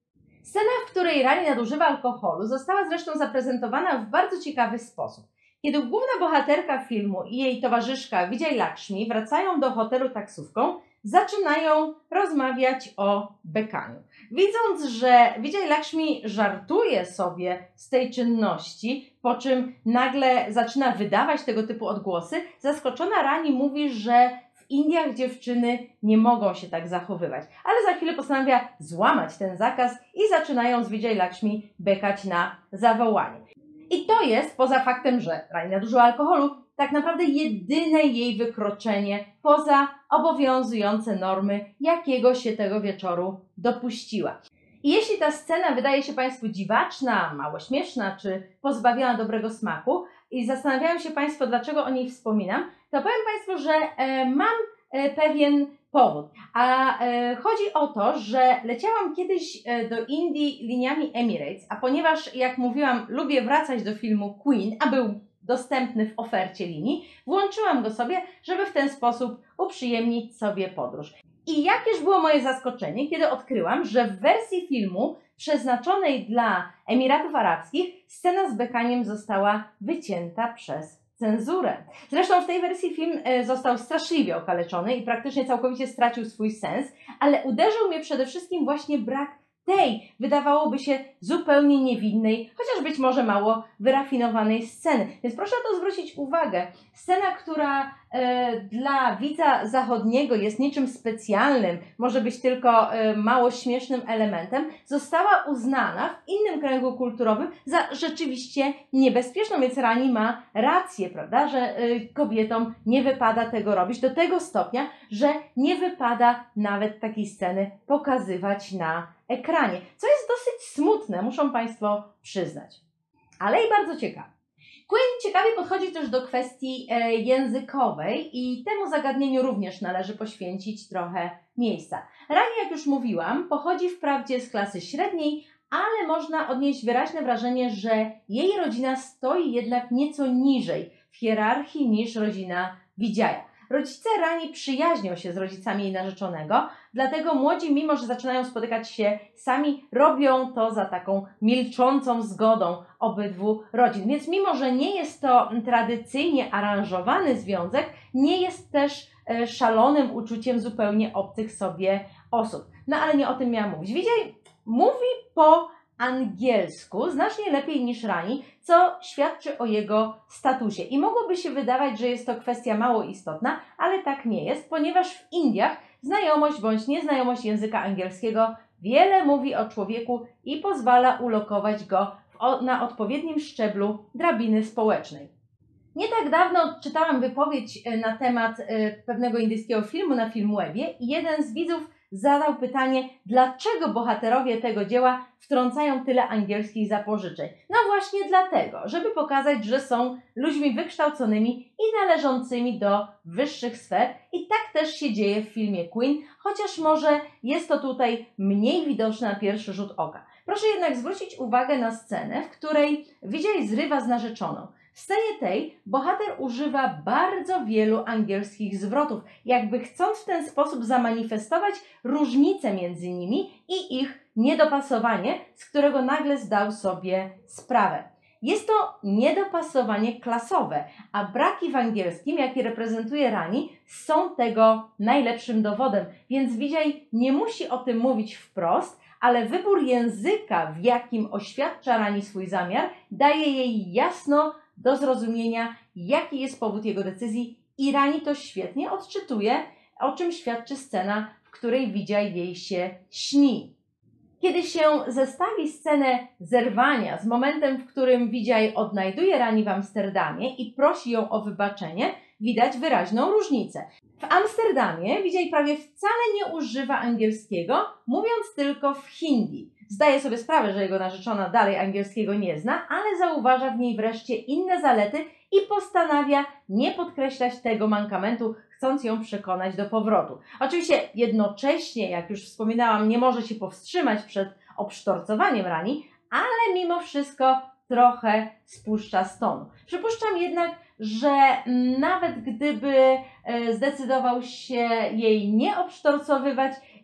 Scena, w której Rani nadużywa alkoholu, została zresztą zaprezentowana w bardzo ciekawy sposób. Kiedy główna bohaterka filmu i jej towarzyszka Vijay Lakshmi wracają do hotelu taksówką, zaczynają rozmawiać o bekaniu. Widząc, że Vijay Lakshmi żartuje sobie z tej czynności, po czym nagle zaczyna wydawać tego typu odgłosy, zaskoczona Rani mówi, że w Indiach dziewczyny nie mogą się tak zachowywać, ale za chwilę postanawia złamać ten zakaz i zaczynają z Vijay Lakshmi bekać na zawołanie. I to jest, poza faktem, że Rani nadużyła alkoholu, tak naprawdę jedyne jej wykroczenie poza obowiązujące normy, jakiego się tego wieczoru dopuściła. I jeśli ta scena wydaje się Państwu dziwaczna, mało śmieszna czy pozbawiona dobrego smaku i zastanawiają się Państwo, dlaczego o niej wspominam, to powiem Państwu, że e, mam e, pewien powód. A e, chodzi o to, że leciałam kiedyś e, do Indii liniami Emirates, a ponieważ, jak mówiłam, lubię wracać do filmu Queen, a był dostępny w ofercie linii, włączyłam go sobie, żeby w ten sposób uprzyjemnić sobie podróż. I jakież było moje zaskoczenie, kiedy odkryłam, że w wersji filmu przeznaczonej dla Emiratów Arabskich scena z bekaniem została wycięta przez cenzurę. Zresztą w tej wersji film został straszliwie okaleczony i praktycznie całkowicie stracił swój sens, ale uderzył mnie przede wszystkim właśnie brak tej, wydawałoby się, zupełnie niewinnej, chociaż być może mało wyrafinowanej sceny. Więc proszę na to zwrócić uwagę. Scena, która e, dla widza zachodniego jest niczym specjalnym, może być tylko e, mało śmiesznym elementem, została uznana w innym kręgu kulturowym za rzeczywiście niebezpieczną, więc Rani ma rację, prawda, że e, kobietom nie wypada tego robić do tego stopnia, że nie wypada nawet takiej sceny pokazywać na ekranie, co jest dosyć smutne, muszą Państwo przyznać, ale i bardzo ciekawe. Queen ciekawie podchodzi też do kwestii e, językowej i temu zagadnieniu również należy poświęcić trochę miejsca. Rani, jak już mówiłam, pochodzi wprawdzie z klasy średniej, ale można odnieść wyraźne wrażenie, że jej rodzina stoi jednak nieco niżej w hierarchii niż rodzina Vijaya. Rodzice Rani przyjaźnią się z rodzicami jej narzeczonego, dlatego młodzi, mimo że zaczynają spotykać się sami, robią to za taką milczącą zgodą obydwu rodzin. Więc mimo, że nie jest to tradycyjnie aranżowany związek, nie jest też e, szalonym uczuciem zupełnie obcych sobie osób. No ale nie o tym miałam mówić. Vijay mówi po angielsku znacznie lepiej niż Rani, co świadczy o jego statusie. I mogłoby się wydawać, że jest to kwestia mało istotna, ale tak nie jest, ponieważ w Indiach znajomość bądź nieznajomość języka angielskiego wiele mówi o człowieku i pozwala ulokować go w, na odpowiednim szczeblu drabiny społecznej. Nie tak dawno odczytałam wypowiedź na temat pewnego indyjskiego filmu na Filmwebie i jeden z widzów zadał pytanie, dlaczego bohaterowie tego dzieła wtrącają tyle angielskich zapożyczeń. No właśnie dlatego, żeby pokazać, że są ludźmi wykształconymi i należącymi do wyższych sfer i tak też się dzieje w filmie Queen, chociaż może jest to tutaj mniej widoczne na pierwszy rzut oka. Proszę jednak zwrócić uwagę na scenę, w której Vijay zrywa z narzeczoną. W scenie tej bohater używa bardzo wielu angielskich zwrotów, jakby chcąc w ten sposób zamanifestować różnice między nimi i ich niedopasowanie, z którego nagle zdał sobie sprawę. Jest to niedopasowanie klasowe, a braki w angielskim, jakie reprezentuje Rani, są tego najlepszym dowodem, więc Vijay nie musi o tym mówić wprost, ale wybór języka, w jakim oświadcza Rani swój zamiar, daje jej jasno do zrozumienia, jaki jest powód jego decyzji i Rani to świetnie odczytuje, o czym świadczy scena, w której Vijay jej się śni. Kiedy się zestawi scenę zerwania z momentem, w którym Vijay odnajduje Rani w Amsterdamie i prosi ją o wybaczenie, widać wyraźną różnicę. W Amsterdamie Vijay prawie wcale nie używa angielskiego, mówiąc tylko w hindi. Zdaje sobie sprawę, że jego narzeczona dalej angielskiego nie zna, ale zauważa w niej wreszcie inne zalety i postanawia nie podkreślać tego mankamentu, chcąc ją przekonać do powrotu. Oczywiście jednocześnie, jak już wspominałam, nie może się powstrzymać przed obsztorcowaniem Rani, ale mimo wszystko trochę spuszcza z tonu. Przypuszczam jednak, że nawet gdyby zdecydował się jej nie obsztorcowywać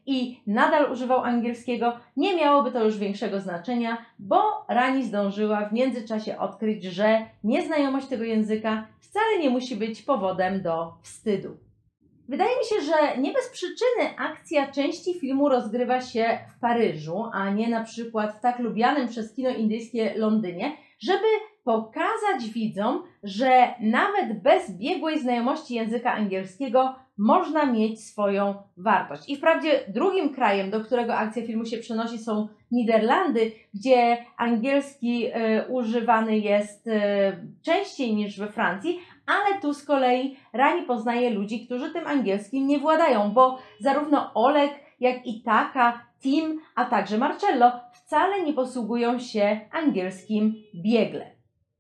i nadal używał angielskiego, nie miałoby to już większego znaczenia, bo Rani zdążyła w międzyczasie odkryć, że nieznajomość tego języka wcale nie musi być powodem do wstydu. Wydaje mi się, że nie bez przyczyny akcja części filmu rozgrywa się w Paryżu, a nie na przykład w tak lubianym przez kino indyjskie Londynie, żeby pokazać widzom, że nawet bez biegłej znajomości języka angielskiego można mieć swoją wartość. I wprawdzie drugim krajem, do którego akcja filmu się przenosi, są Niderlandy, gdzie angielski y, używany jest y, częściej niż we Francji, ale tu z kolei Rani poznaje ludzi, którzy tym angielskim nie władają, bo zarówno Oleg, jak i Taka, Tim, a także Marcello wcale nie posługują się angielskim biegle.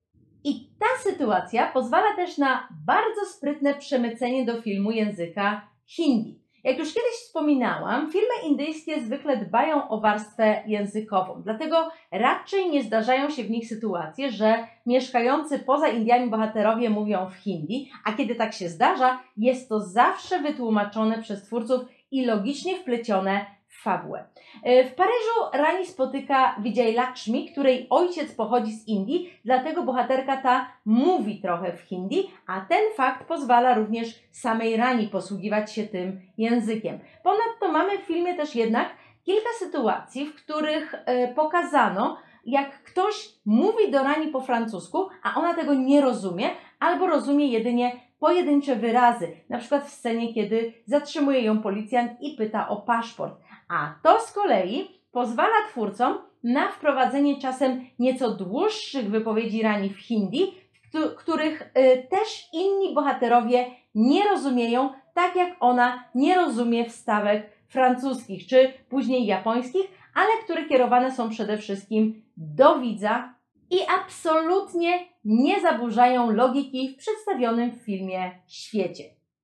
I ta sytuacja pozwala też na bardzo sprytne przemycenie do filmu języka hindi. Jak już kiedyś wspominałam, filmy indyjskie zwykle dbają o warstwę językową, dlatego raczej nie zdarzają się w nich sytuacje, że mieszkający poza Indiami bohaterowie mówią w hindi, a kiedy tak się zdarza, jest to zawsze wytłumaczone przez twórców i logicznie wplecione w fabułę. W Paryżu Rani spotyka Vijayalakshmi, której ojciec pochodzi z Indii, dlatego bohaterka ta mówi trochę w hindi, a ten fakt pozwala również samej Rani posługiwać się tym językiem. Ponadto mamy w filmie też jednak kilka sytuacji, w których e, pokazano, jak ktoś mówi do Rani po francusku, a ona tego nie rozumie, albo rozumie jedynie pojedyncze wyrazy, na przykład w scenie, kiedy zatrzymuje ją policjant i pyta o paszport. A to z kolei pozwala twórcom na wprowadzenie czasem nieco dłuższych wypowiedzi Rani w hindi, których y, też inni bohaterowie nie rozumieją, tak jak ona nie rozumie wstawek francuskich czy później japońskich, ale które kierowane są przede wszystkim do widza i absolutnie nie zaburzają logiki w przedstawionym w filmie świecie.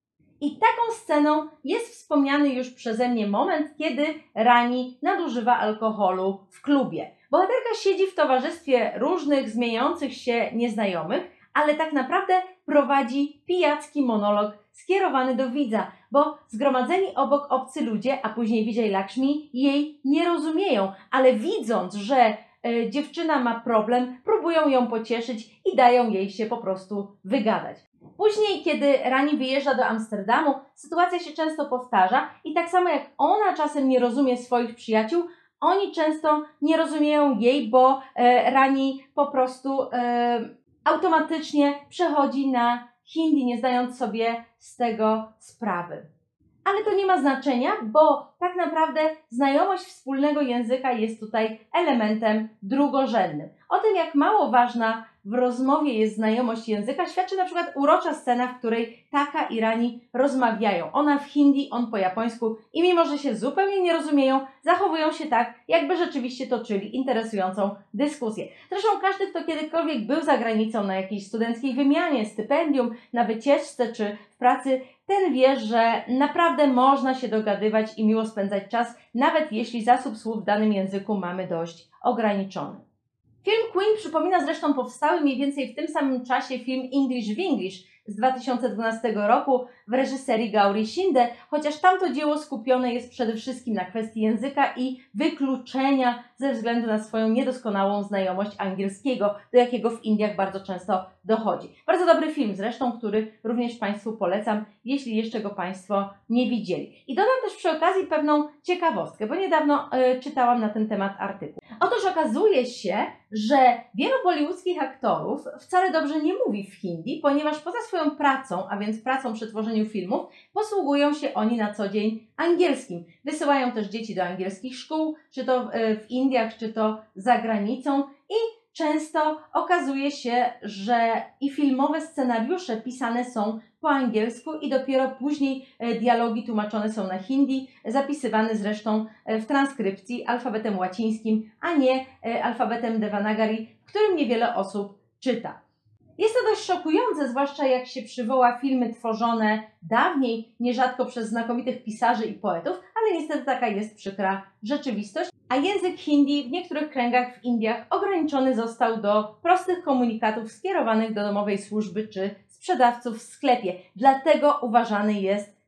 I taką sceną jest wspomniany już przeze mnie moment, kiedy Rani nadużywa alkoholu w klubie. Bohaterka siedzi w towarzystwie różnych zmieniających się nieznajomych, ale tak naprawdę prowadzi pijacki monolog skierowany do widza, bo zgromadzeni obok obcy ludzie, a później Vijayalakshmi jej nie rozumieją, ale widząc, że e, dziewczyna ma problem, próbują ją pocieszyć i dają jej się po prostu wygadać. Później, kiedy Rani wyjeżdża do Amsterdamu, sytuacja się często powtarza i tak samo jak ona czasem nie rozumie swoich przyjaciół, oni często nie rozumieją jej, bo e, Rani po prostu e, automatycznie przechodzi na hindi, nie zdając sobie z tego sprawy. Ale to nie ma znaczenia, bo tak naprawdę znajomość wspólnego języka jest tutaj elementem drugorzędnym. O tym, jak mało ważna w rozmowie jest znajomość języka, świadczy na przykład urocza scena, w której Taka i Rani rozmawiają. Ona w hindi, on po japońsku i mimo, że się zupełnie nie rozumieją, zachowują się tak, jakby rzeczywiście toczyli interesującą dyskusję. Zresztą każdy, kto kiedykolwiek był za granicą na jakiejś studenckiej wymianie, stypendium, na wycieczce czy w pracy, ten wie, że naprawdę można się dogadywać i miło spędzać czas, nawet jeśli zasób słów w danym języku mamy dość ograniczony. Film Queen przypomina zresztą powstały mniej więcej w tym samym czasie film English w English z dwa tysiące dwunastego roku w reżyserii Gauri Shinde, chociaż tamto dzieło skupione jest przede wszystkim na kwestii języka i wykluczenia ze względu na swoją niedoskonałą znajomość angielskiego, do jakiego w Indiach bardzo często dochodzi. Bardzo dobry film zresztą, który również Państwu polecam, jeśli jeszcze go Państwo nie widzieli. I dodam też przy okazji pewną ciekawostkę, bo niedawno y, czytałam na ten temat artykuł. Otóż okazuje się, że wielu bollywoodzkich aktorów wcale dobrze nie mówi w hindi, ponieważ poza swoją pracą, a więc pracą przy tworzeniu filmów, posługują się oni na co dzień angielskim. Wysyłają też dzieci do angielskich szkół, czy to w Indiach, czy to za granicą i często okazuje się, że i filmowe scenariusze pisane są po angielsku i dopiero później dialogi tłumaczone są na hindi, zapisywane zresztą w transkrypcji alfabetem łacińskim, a nie alfabetem Devanagari, w którym niewiele osób czyta. Jest to dość szokujące, zwłaszcza jak się przywoła filmy tworzone dawniej, nierzadko przez znakomitych pisarzy i poetów, ale niestety taka jest przykra rzeczywistość. A język hindi w niektórych kręgach w Indiach ograniczony został do prostych komunikatów skierowanych do domowej służby czy sprzedawców w sklepie. Dlatego uważany jest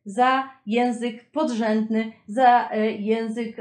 za język podrzędny, za język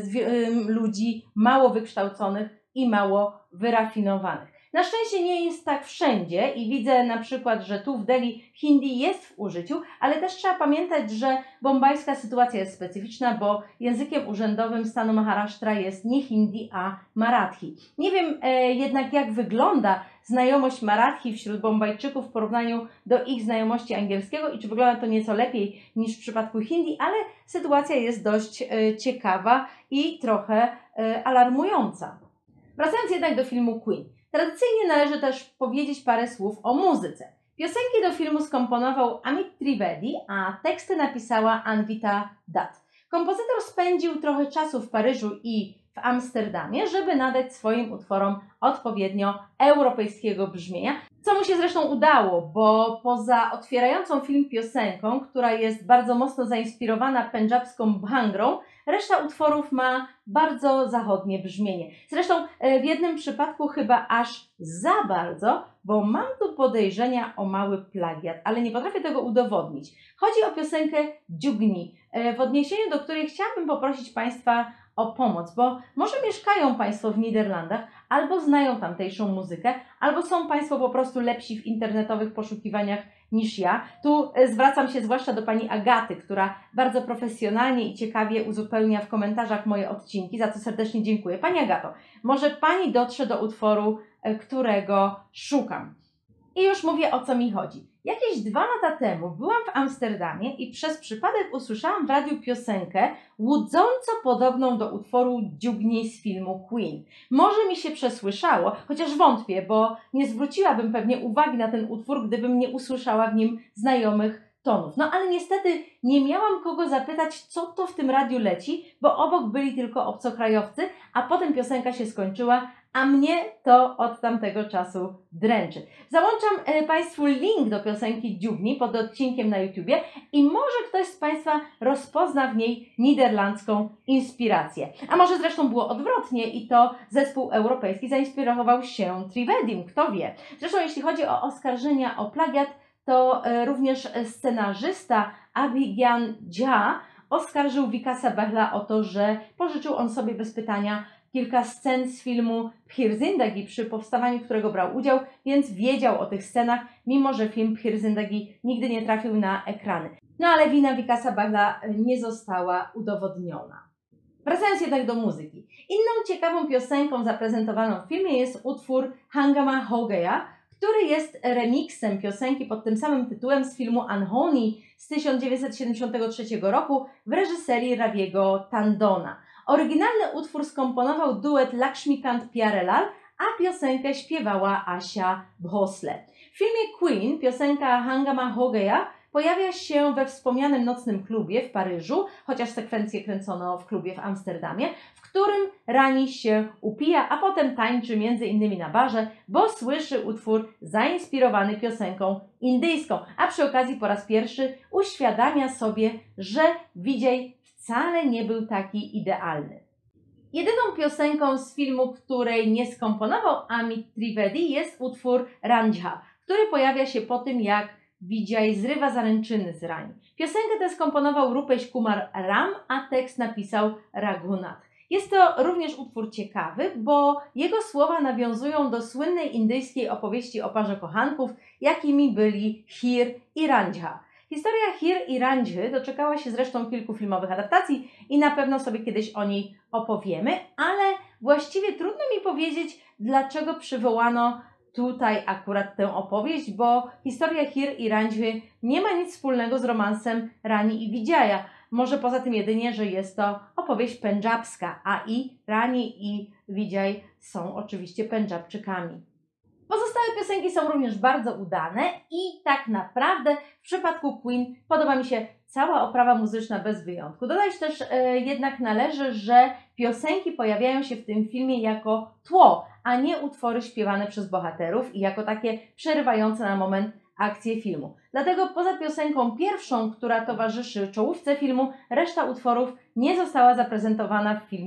ludzi mało wykształconych i mało wyrafinowanych. Na szczęście nie jest tak wszędzie i widzę na przykład, że tu w Delhi hindi jest w użyciu, ale też trzeba pamiętać, że bombajska sytuacja jest specyficzna, bo językiem urzędowym stanu Maharashtra jest nie hindi, a marathi. Nie wiem e, jednak, jak wygląda znajomość marathi wśród Bombajczyków w porównaniu do ich znajomości angielskiego i czy wygląda to nieco lepiej niż w przypadku hindi, ale sytuacja jest dość e, ciekawa i trochę e, alarmująca. Wracając jednak do filmu Queen. Tradycyjnie należy też powiedzieć parę słów o muzyce. Piosenki do filmu skomponował Amit Trivedi, a teksty napisała Anvita Dutt. Kompozytor spędził trochę czasu w Paryżu i w Amsterdamie, żeby nadać swoim utworom odpowiednio europejskiego brzmienia, co mu się zresztą udało, bo poza otwierającą film piosenką, która jest bardzo mocno zainspirowana pendżabską bhangrą, reszta utworów ma bardzo zachodnie brzmienie. Zresztą w jednym przypadku chyba aż za bardzo, bo mam tu podejrzenia o mały plagiat, ale nie potrafię tego udowodnić. Chodzi o piosenkę Jugni, w odniesieniu do której chciałabym poprosić Państwa o pomoc, bo może mieszkają Państwo w Niderlandach, albo znają tamtejszą muzykę, albo są Państwo po prostu lepsi w internetowych poszukiwaniach niż ja. Tu zwracam się zwłaszcza do Pani Agaty, która bardzo profesjonalnie i ciekawie uzupełnia w komentarzach moje odcinki, za co serdecznie dziękuję. Pani Agato, może Pani dotrze do utworu, którego szukam. I już mówię, o co mi chodzi. Jakieś dwa lata temu byłam w Amsterdamie i przez przypadek usłyszałam w radiu piosenkę łudząco podobną do utworu Jugni z filmu Queen. Może mi się przesłyszało, chociaż wątpię, bo nie zwróciłabym pewnie uwagi na ten utwór, gdybym nie usłyszała w nim znajomych tonów. No ale niestety nie miałam kogo zapytać, co to w tym radiu leci, bo obok byli tylko obcokrajowcy, a potem piosenka się skończyła, a mnie to od tamtego czasu dręczy. Załączam e, Państwu link do piosenki Jugni pod odcinkiem na YouTubie i może ktoś z Państwa rozpozna w niej niderlandzką inspirację. A może zresztą było odwrotnie i to zespół europejski zainspirował się Trivedim, kto wie. Zresztą jeśli chodzi o oskarżenia o plagiat, to e, również scenarzysta Abhigyan Jha oskarżył Vikasa Behla o to, że pożyczył on sobie bez pytania kilka scen z filmu Phir Zindagi, przy powstawaniu którego brał udział, więc wiedział o tych scenach, mimo że film Phir Zindagi nigdy nie trafił na ekrany. No ale wina Vikasa Behla nie została udowodniona. Wracając jednak do muzyki. Inną ciekawą piosenką zaprezentowaną w filmie jest utwór Hangama Ho Gaya, który jest remiksem piosenki pod tym samym tytułem z filmu Unhoney z tysiąc dziewięćset siedemdziesiątego trzeciego roku w reżyserii Raviego Tandona. Oryginalny utwór skomponował duet Lakshmikant Pyarelal, a piosenkę śpiewała Asia Bhosle. W filmie Queen piosenka Hangama Ho Gaya pojawia się we wspomnianym nocnym klubie w Paryżu, chociaż sekwencję kręcono w klubie w Amsterdamie, w którym Rani się upija, a potem tańczy między innymi na barze, bo słyszy utwór zainspirowany piosenką indyjską, a przy okazji po raz pierwszy uświadamia sobie, że Vijay wcale nie był taki idealny. Jedyną piosenką z filmu, której nie skomponował Amit Trivedi, jest utwór Ranjha, który pojawia się po tym, jak Vijay zrywa zaręczyny z Rani. Piosenkę tę skomponował Rupesh Kumar Ram, a tekst napisał Raghunath. Jest to również utwór ciekawy, bo jego słowa nawiązują do słynnej indyjskiej opowieści o parze kochanków, jakimi byli Hir i Ranjha. Historia Hir i Ranjhy doczekała się zresztą kilku filmowych adaptacji i na pewno sobie kiedyś o niej opowiemy, ale właściwie trudno mi powiedzieć, dlaczego przywołano tutaj akurat tę opowieść, bo historia Hir i Ranjhy nie ma nic wspólnego z romansem Rani i Vijaya. Może poza tym jedynie, że jest to opowieść pendżabska, a i Rani i Vijay są oczywiście Pendżabczykami. Pozostałe piosenki są również bardzo udane i tak naprawdę w przypadku Queen podoba mi się cała oprawa muzyczna bez wyjątku. Dodać też e, jednak należy, że piosenki pojawiają się w tym filmie jako tło, a nie utwory śpiewane przez bohaterów i jako takie przerywające na moment akcję filmu. Dlatego poza piosenką pierwszą, która towarzyszy czołówce filmu, reszta utworów nie została zaprezentowana w filmie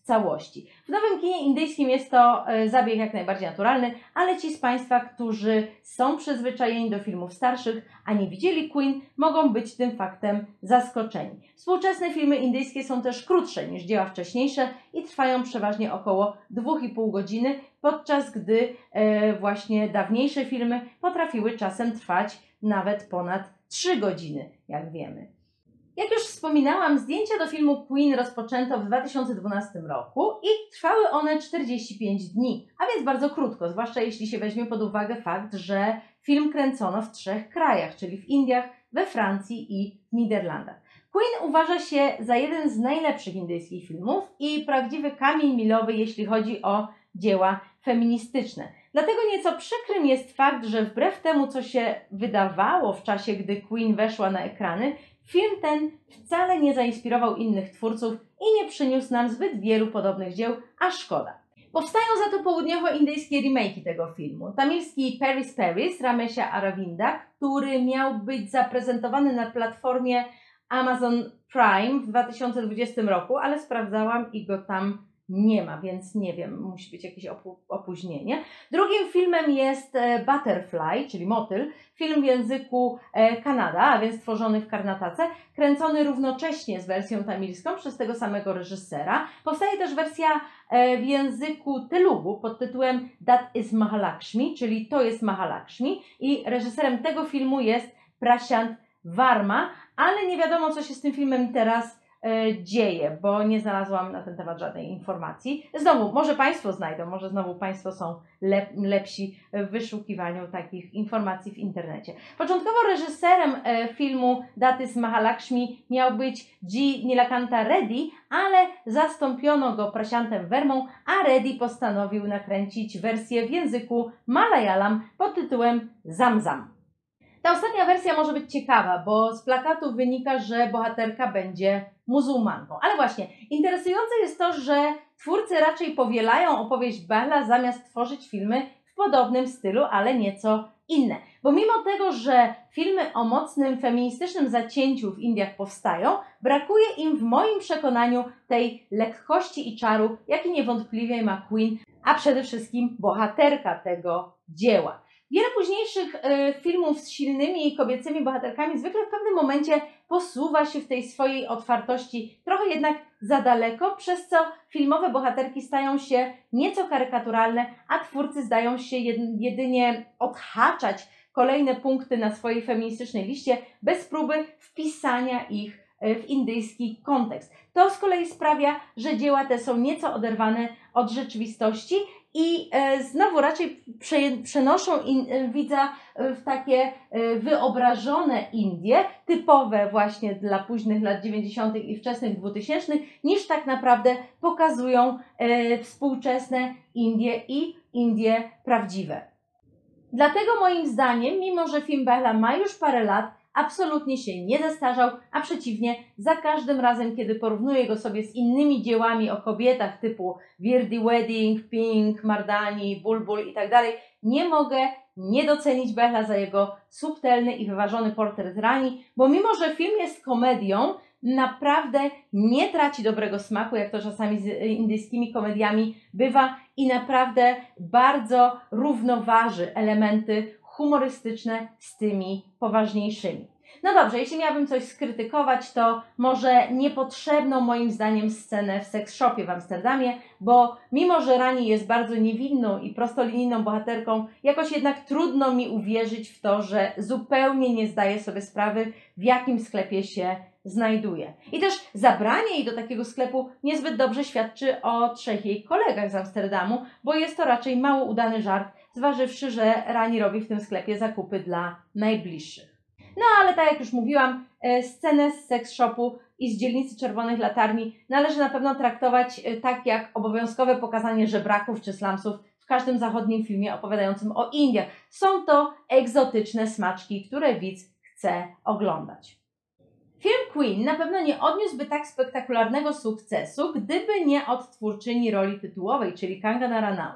całości. W nowym kinie indyjskim jest to zabieg jak najbardziej naturalny, ale ci z Państwa, którzy są przyzwyczajeni do filmów starszych, a nie widzieli Queen, mogą być tym faktem zaskoczeni. Współczesne filmy indyjskie są też krótsze niż dzieła wcześniejsze i trwają przeważnie około dwóch i pół godziny, podczas gdy e, właśnie dawniejsze filmy potrafiły czasem trwać nawet ponad trzy godziny, jak wiemy. Jak już wspominałam, zdjęcia do filmu Queen rozpoczęto w dwa tysiące dwunastym roku i trwały one czterdzieści pięć dni, a więc bardzo krótko, zwłaszcza jeśli się weźmie pod uwagę fakt, że film kręcono w trzech krajach, czyli w Indiach, we Francji i w Niderlandach. Queen uważa się za jeden z najlepszych indyjskich filmów i prawdziwy kamień milowy, jeśli chodzi o dzieła feministyczne. Dlatego nieco przykrym jest fakt, że wbrew temu, co się wydawało w czasie, gdy Queen weszła na ekrany, film ten wcale nie zainspirował innych twórców i nie przyniósł nam zbyt wielu podobnych dzieł, a szkoda. Powstają za to południowoindyjskie remake'i tego filmu. Tamilski Paris Paris Ramesia Aravinda, który miał być zaprezentowany na platformie Amazon Prime w dwa tysiące dwudziestym roku, ale sprawdzałam i go tam nie ma, więc nie wiem, musi być jakieś opu opóźnienie. Drugim filmem jest e, Butterfly, czyli motyl, film w języku e, Kanada, a więc tworzony w Karnatace, kręcony równocześnie z wersją tamilską przez tego samego reżysera. Powstaje też wersja e, w języku Telugu pod tytułem That is Mahalakshmi, czyli To jest Mahalakshmi, i reżyserem tego filmu jest Prashant Varma, ale nie wiadomo, co się z tym filmem teraz dzieje, bo nie znalazłam na ten temat żadnej informacji. Znowu, może Państwo znajdą, może znowu Państwo są lep lepsi w wyszukiwaniu takich informacji w internecie. Początkowo reżyserem filmu That is Mahalakshmi miał być G. Nilakanta Reddy, ale zastąpiono go Prashantem Vermą, a Reddy postanowił nakręcić wersję w języku Malayalam pod tytułem Zamzam. Ta ostatnia wersja może być ciekawa, bo z plakatu wynika, że bohaterka będzie muzułmanką. Ale właśnie, interesujące jest to, że twórcy raczej powielają opowieść Behla, zamiast tworzyć filmy w podobnym stylu, ale nieco inne. Bo mimo tego, że filmy o mocnym feministycznym zacięciu w Indiach powstają, brakuje im w moim przekonaniu tej lekkości i czaru, jaki niewątpliwie ma Queen, a przede wszystkim bohaterka tego dzieła. Wiele późniejszych y, filmów z silnymi kobiecymi bohaterkami zwykle w pewnym momencie posuwa się w tej swojej otwartości trochę jednak za daleko, przez co filmowe bohaterki stają się nieco karykaturalne, a twórcy zdają się jedynie odhaczać kolejne punkty na swojej feministycznej liście bez próby wpisania ich w indyjski kontekst. To z kolei sprawia, że dzieła te są nieco oderwane od rzeczywistości i e, znowu raczej prze, przenoszą in, e, widza w takie e, wyobrażone Indie, typowe właśnie dla późnych lat dziewięćdziesiątych i wczesnych dwutysięcznych, niż tak naprawdę pokazują e, współczesne Indie i Indie prawdziwe. Dlatego moim zdaniem, mimo że film Behla ma już parę lat, absolutnie się nie zestarzał, a przeciwnie, za każdym razem, kiedy porównuję go sobie z innymi dziełami o kobietach typu Veer the Wedding, Pink, Mardani, Bulbul itd., nie mogę nie docenić Behla za jego subtelny i wyważony portret Rani, bo mimo że film jest komedią, naprawdę nie traci dobrego smaku, jak to czasami z indyjskimi komediami bywa, i naprawdę bardzo równoważy elementy humorystyczne z tymi poważniejszymi. No dobrze, jeśli miałabym coś skrytykować, to może niepotrzebną moim zdaniem scenę w seks shopie w Amsterdamie, bo mimo że Rani jest bardzo niewinną i prostolinijną bohaterką, jakoś jednak trudno mi uwierzyć w to, że zupełnie nie zdaje sobie sprawy, w jakim sklepie się znajduje. I też zabranie jej do takiego sklepu niezbyt dobrze świadczy o trzech jej kolegach z Amsterdamu, bo jest to raczej mało udany żart, zważywszy, że Rani robi w tym sklepie zakupy dla najbliższych. No ale tak jak już mówiłam, scenę z seks shopu i z dzielnicy Czerwonych Latarni należy na pewno traktować tak jak obowiązkowe pokazanie żebraków czy slumsów w każdym zachodnim filmie opowiadającym o Indiach. Są to egzotyczne smaczki, które widz chce oglądać. Film Queen na pewno nie odniósłby tak spektakularnego sukcesu, gdyby nie od twórczyni roli tytułowej, czyli Kangana Ranaut.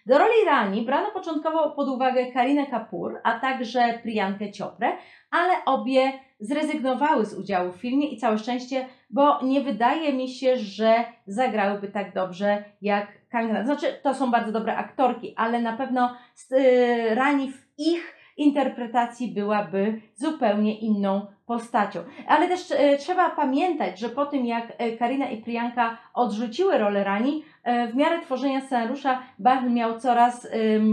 Do roli Rani brano początkowo pod uwagę Karinę Kapoor, a także Priyankę Choprę, ale obie zrezygnowały z udziału w filmie i całe szczęście, bo nie wydaje mi się, że zagrałyby tak dobrze jak Kangana. Znaczy, to są bardzo dobre aktorki, ale na pewno yy, Rani w ich interpretacji byłaby zupełnie inną postacią. Ale też e, trzeba pamiętać, że po tym jak e, Karina i Priyanka odrzuciły rolę Rani, e, w miarę tworzenia scenariusza Bahl miał coraz e,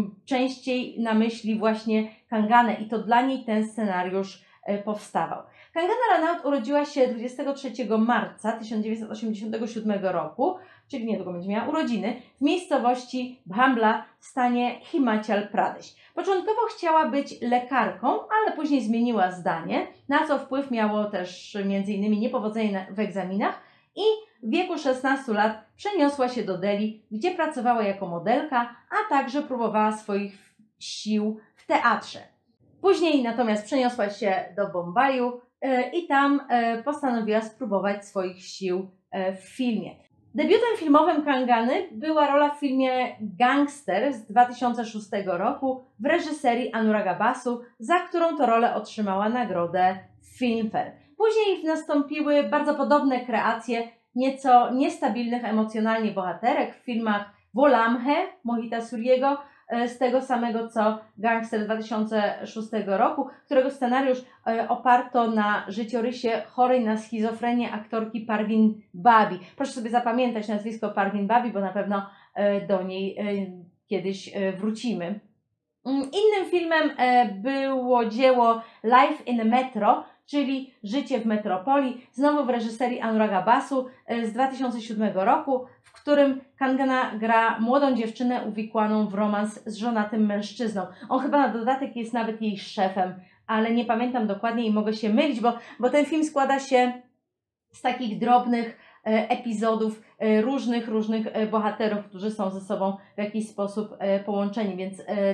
częściej na myśli właśnie Kanganę i to dla niej ten scenariusz e, powstawał. Kangana Ranaut urodziła się dwudziestego trzeciego marca tysiąc dziewięćset osiemdziesiątego siódmego roku, czyli niedługo będzie miała urodziny, w miejscowości Bhambla w stanie Himachal Pradesh. Początkowo chciała być lekarką, ale później zmieniła zdanie, na co wpływ miało też między innymi niepowodzenie w egzaminach i w wieku szesnastu lat przeniosła się do Delhi, gdzie pracowała jako modelka, a także próbowała swoich sił w teatrze. Później natomiast przeniosła się do Bombaju yy, i tam yy, postanowiła spróbować swoich sił yy, w filmie. Debiutem filmowym Kangany była rola w filmie Gangster z dwa tysiące szóstego roku w reżyserii Anuraga Basu, za którą to rolę otrzymała nagrodę Filmfare. Później nastąpiły bardzo podobne kreacje nieco niestabilnych emocjonalnie bohaterek w filmach Wolamhe Mohita Suriego, z tego samego co Gangster z dwa tysiące szóstego roku, którego scenariusz oparto na życiorysie chorej na schizofrenię aktorki Parveen Babi. Proszę sobie zapamiętać nazwisko Parveen Babi, bo na pewno do niej kiedyś wrócimy. Innym filmem było dzieło Life in a Metro, czyli Życie w metropolii, znowu w reżyserii Anuraga Basu z dwa tysiące siódmego roku, w którym Kangana gra młodą dziewczynę uwikłaną w romans z żonatym mężczyzną. On chyba na dodatek jest nawet jej szefem, ale nie pamiętam dokładnie i mogę się mylić, bo, bo ten film składa się z takich drobnych e, epizodów e, różnych, różnych e, bohaterów, którzy są ze sobą w jakiś sposób e, połączeni, więc e, e,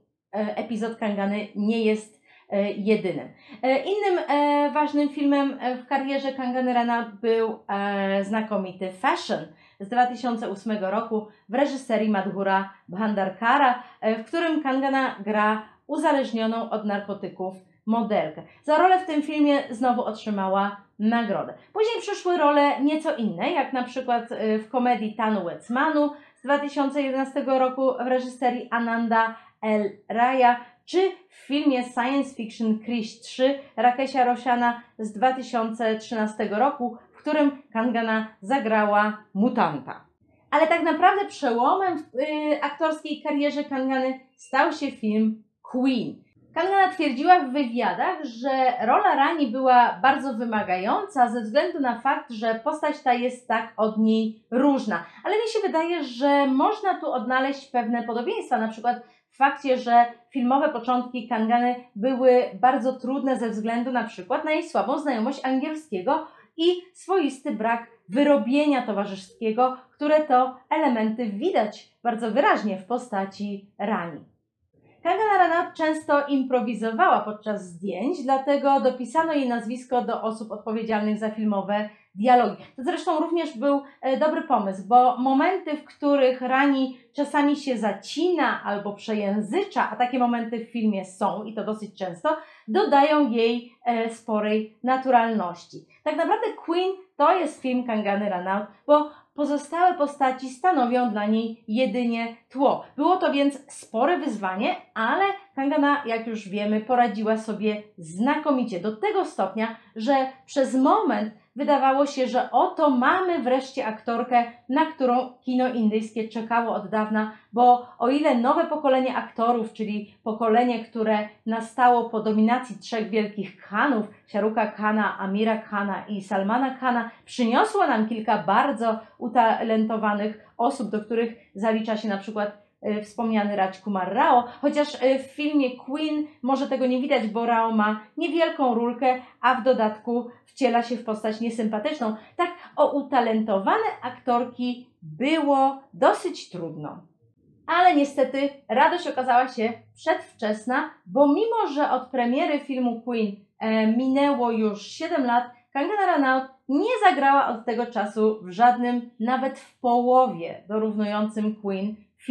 epizod Kangany nie jest jedynym. Innym e, ważnym filmem w karierze Kangany Ranaut był e, znakomity Fashion z dwa tysiące ósmego roku w reżyserii Madhura Bhandarkara, e, w którym Kangana gra uzależnioną od narkotyków modelkę. Za rolę w tym filmie znowu otrzymała nagrodę. Później przyszły role nieco inne, jak na przykład w komedii Tanu Weds Manu z dwa tysiące jedenastego roku w reżyserii Ananda L. Raya, czy w filmie science fiction Krish trzy Rakesha Roshana z dwa tysiące trzynastego roku, w którym Kangana zagrała mutanta. Ale tak naprawdę przełomem w y, aktorskiej karierze Kangany stał się film Queen. Kangana twierdziła w wywiadach, że rola Rani była bardzo wymagająca ze względu na fakt, że postać ta jest tak od niej różna. Ale mi się wydaje, że można tu odnaleźć pewne podobieństwa, na przykład w fakcie, że filmowe początki Kangany były bardzo trudne ze względu na przykład na jej słabą znajomość angielskiego i swoisty brak wyrobienia towarzyskiego, które to elementy widać bardzo wyraźnie w postaci Rani. Kangana Ranaut często improwizowała podczas zdjęć, dlatego dopisano jej nazwisko do osób odpowiedzialnych za filmowe dialogi. To zresztą również był dobry pomysł, bo momenty, w których Rani czasami się zacina albo przejęzycza, a takie momenty w filmie są i to dosyć często, dodają jej sporej naturalności. Tak naprawdę Queen to jest film Kangany Ranaut, bo pozostałe postaci stanowią dla niej jedynie tło. Było to więc spore wyzwanie, ale Kangana, jak już wiemy, poradziła sobie znakomicie do tego stopnia, że przez moment wydawało się, że oto mamy wreszcie aktorkę, na którą kino indyjskie czekało od dawna, bo o ile nowe pokolenie aktorów, czyli pokolenie, które nastało po dominacji trzech wielkich khanów, Shahrukha Khana, Amira Khana i Salmana Khana, przyniosło nam kilka bardzo utalentowanych osób, do których zalicza się na przykład wspomniany Raj Kumar Rao, chociaż w filmie Queen może tego nie widać, bo Rao ma niewielką rulkę, a w dodatku wciela się w postać niesympatyczną. Tak o utalentowane aktorki było dosyć trudno. Ale niestety radość okazała się przedwczesna, bo mimo, że od premiery filmu Queen e, minęło już siedem lat, Kangana Ranaut nie zagrała od tego czasu w żadnym, nawet w połowie dorównującym Queen filmie.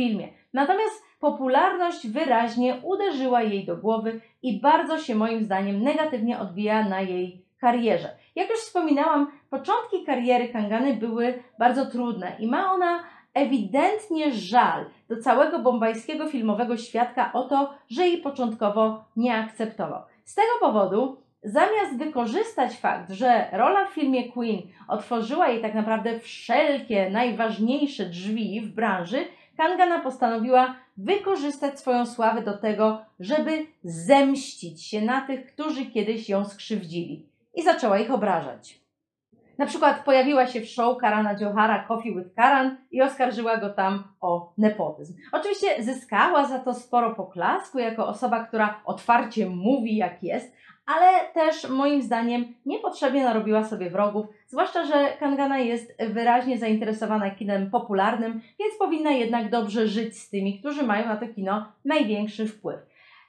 Natomiast popularność wyraźnie uderzyła jej do głowy i bardzo się moim zdaniem negatywnie odbija na jej karierze. Jak już wspominałam, początki kariery Kangany były bardzo trudne i ma ona ewidentnie żal do całego bombajskiego filmowego świadka o to, że jej początkowo nie akceptował. Z tego powodu, zamiast wykorzystać fakt, że rola w filmie Queen otworzyła jej tak naprawdę wszelkie najważniejsze drzwi w branży, Kangana postanowiła wykorzystać swoją sławę do tego, żeby zemścić się na tych, którzy kiedyś ją skrzywdzili. I zaczęła ich obrażać. Na przykład pojawiła się w show Karana Johara Coffee with Karan i oskarżyła go tam o nepotyzm. Oczywiście zyskała za to sporo poklasku jako osoba, która otwarcie mówi jak jest, ale też moim zdaniem niepotrzebnie narobiła sobie wrogów, zwłaszcza że Kangana jest wyraźnie zainteresowana kinem popularnym, więc powinna jednak dobrze żyć z tymi, którzy mają na to kino największy wpływ.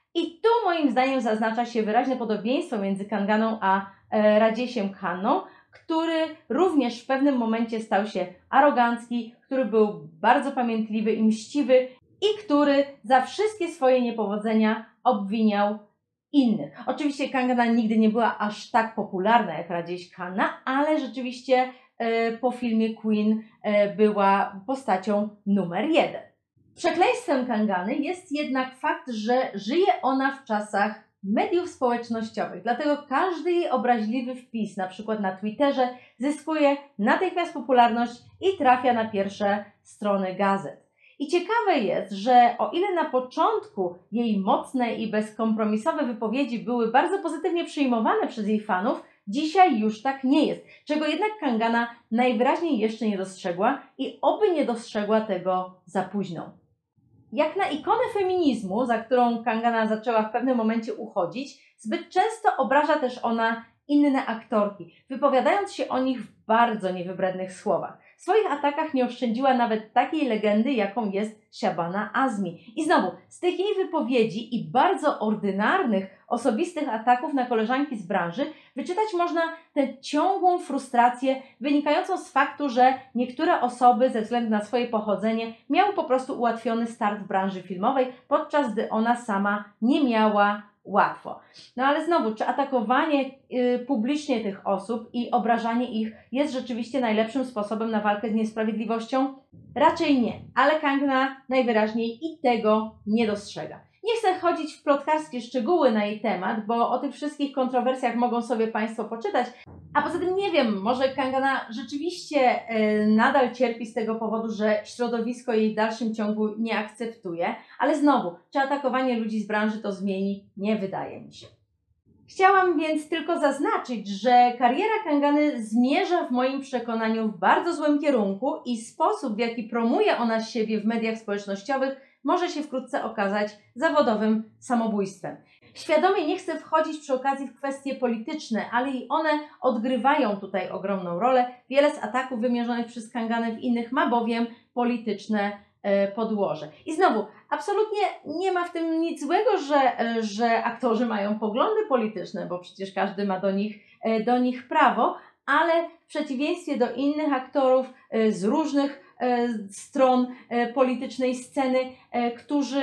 I tu moim zdaniem zaznacza się wyraźne podobieństwo między Kanganą a e, Rajesiem Khanną, który również w pewnym momencie stał się arogancki, który był bardzo pamiętliwy i mściwy i który za wszystkie swoje niepowodzenia obwiniał innych. Oczywiście Kangana nigdy nie była aż tak popularna jak Rajesh Khanna, ale rzeczywiście e, po filmie Queen e, była postacią numer jeden. Przekleństwem Kangany jest jednak fakt, że żyje ona w czasach mediów społecznościowych, dlatego każdy jej obraźliwy wpis, na przykład na Twitterze, zyskuje natychmiast popularność i trafia na pierwsze strony gazet. I ciekawe jest, że o ile na początku jej mocne i bezkompromisowe wypowiedzi były bardzo pozytywnie przyjmowane przez jej fanów, dzisiaj już tak nie jest, czego jednak Kangana najwyraźniej jeszcze nie dostrzegła i oby nie dostrzegła tego za późno. Jak na ikonę feminizmu, za którą Kangana zaczęła w pewnym momencie uchodzić, zbyt często obraża też ona inne aktorki, wypowiadając się o nich w bardzo niewybrednych słowach. W swoich atakach nie oszczędziła nawet takiej legendy, jaką jest Shabana Azmi. I znowu, z tych jej wypowiedzi i bardzo ordynarnych, osobistych ataków na koleżanki z branży wyczytać można tę ciągłą frustrację wynikającą z faktu, że niektóre osoby ze względu na swoje pochodzenie miały po prostu ułatwiony start w branży filmowej, podczas gdy ona sama nie miała łatwo. No ale znowu, czy atakowanie y, publicznie tych osób i obrażanie ich jest rzeczywiście najlepszym sposobem na walkę z niesprawiedliwością? Raczej nie, ale Kangana najwyraźniej i tego nie dostrzega. Nie chcę chodzić w plotkarskie szczegóły na jej temat, bo o tych wszystkich kontrowersjach mogą sobie Państwo poczytać. A poza tym nie wiem, może Kangana rzeczywiście y, nadal cierpi z tego powodu, że środowisko jej w dalszym ciągu nie akceptuje, ale znowu, czy atakowanie ludzi z branży to zmieni? Nie wydaje mi się. Chciałam więc tylko zaznaczyć, że kariera Kangany zmierza w moim przekonaniu w bardzo złym kierunku i sposób, w jaki promuje ona siebie w mediach społecznościowych, może się wkrótce okazać zawodowym samobójstwem. Świadomie nie chcę wchodzić przy okazji w kwestie polityczne, ale i one odgrywają tutaj ogromną rolę. Wiele z ataków wymierzonych przez Kanganę w innych ma bowiem polityczne e, podłoże. I znowu, absolutnie nie ma w tym nic złego, że, e, że aktorzy mają poglądy polityczne, bo przecież każdy ma do nich, e, do nich prawo, ale w przeciwieństwie do innych aktorów e, z różnych stron politycznej sceny, którzy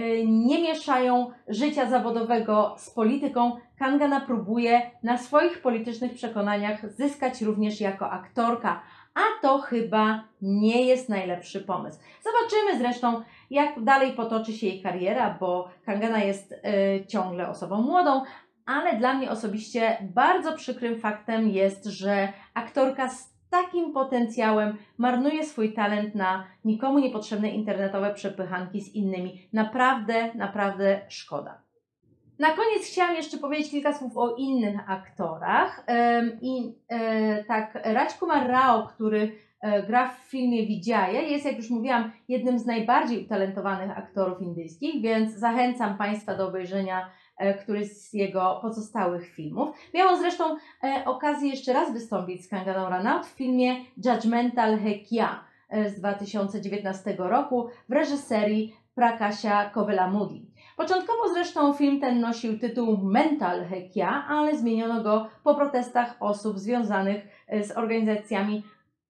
nie mieszają życia zawodowego z polityką, Kangana próbuje na swoich politycznych przekonaniach zyskać również jako aktorka, a to chyba nie jest najlepszy pomysł. Zobaczymy zresztą, jak dalej potoczy się jej kariera, bo Kangana jest ciągle osobą młodą, ale dla mnie osobiście bardzo przykrym faktem jest, że aktorka z takim potencjałem marnuje swój talent na nikomu niepotrzebne internetowe przepychanki z innymi. Naprawdę, naprawdę szkoda. Na koniec chciałam jeszcze powiedzieć kilka słów o innych aktorach. I tak, Rajkumar Rao, który gra w filmie Widziaje, jest, jak już mówiłam, jednym z najbardziej utalentowanych aktorów indyjskich, więc zachęcam Państwa do obejrzenia któryś z jego pozostałych filmów. Miał on zresztą e, okazję jeszcze raz wystąpić z Kanganą Ranaut w filmie Judgmental Hai Kya z dwa tysiące dziewiętnastego roku w reżyserii Prakasha Kovelamudi. Początkowo zresztą film ten nosił tytuł Mental Hai Kya, ale zmieniono go po protestach osób związanych z organizacjami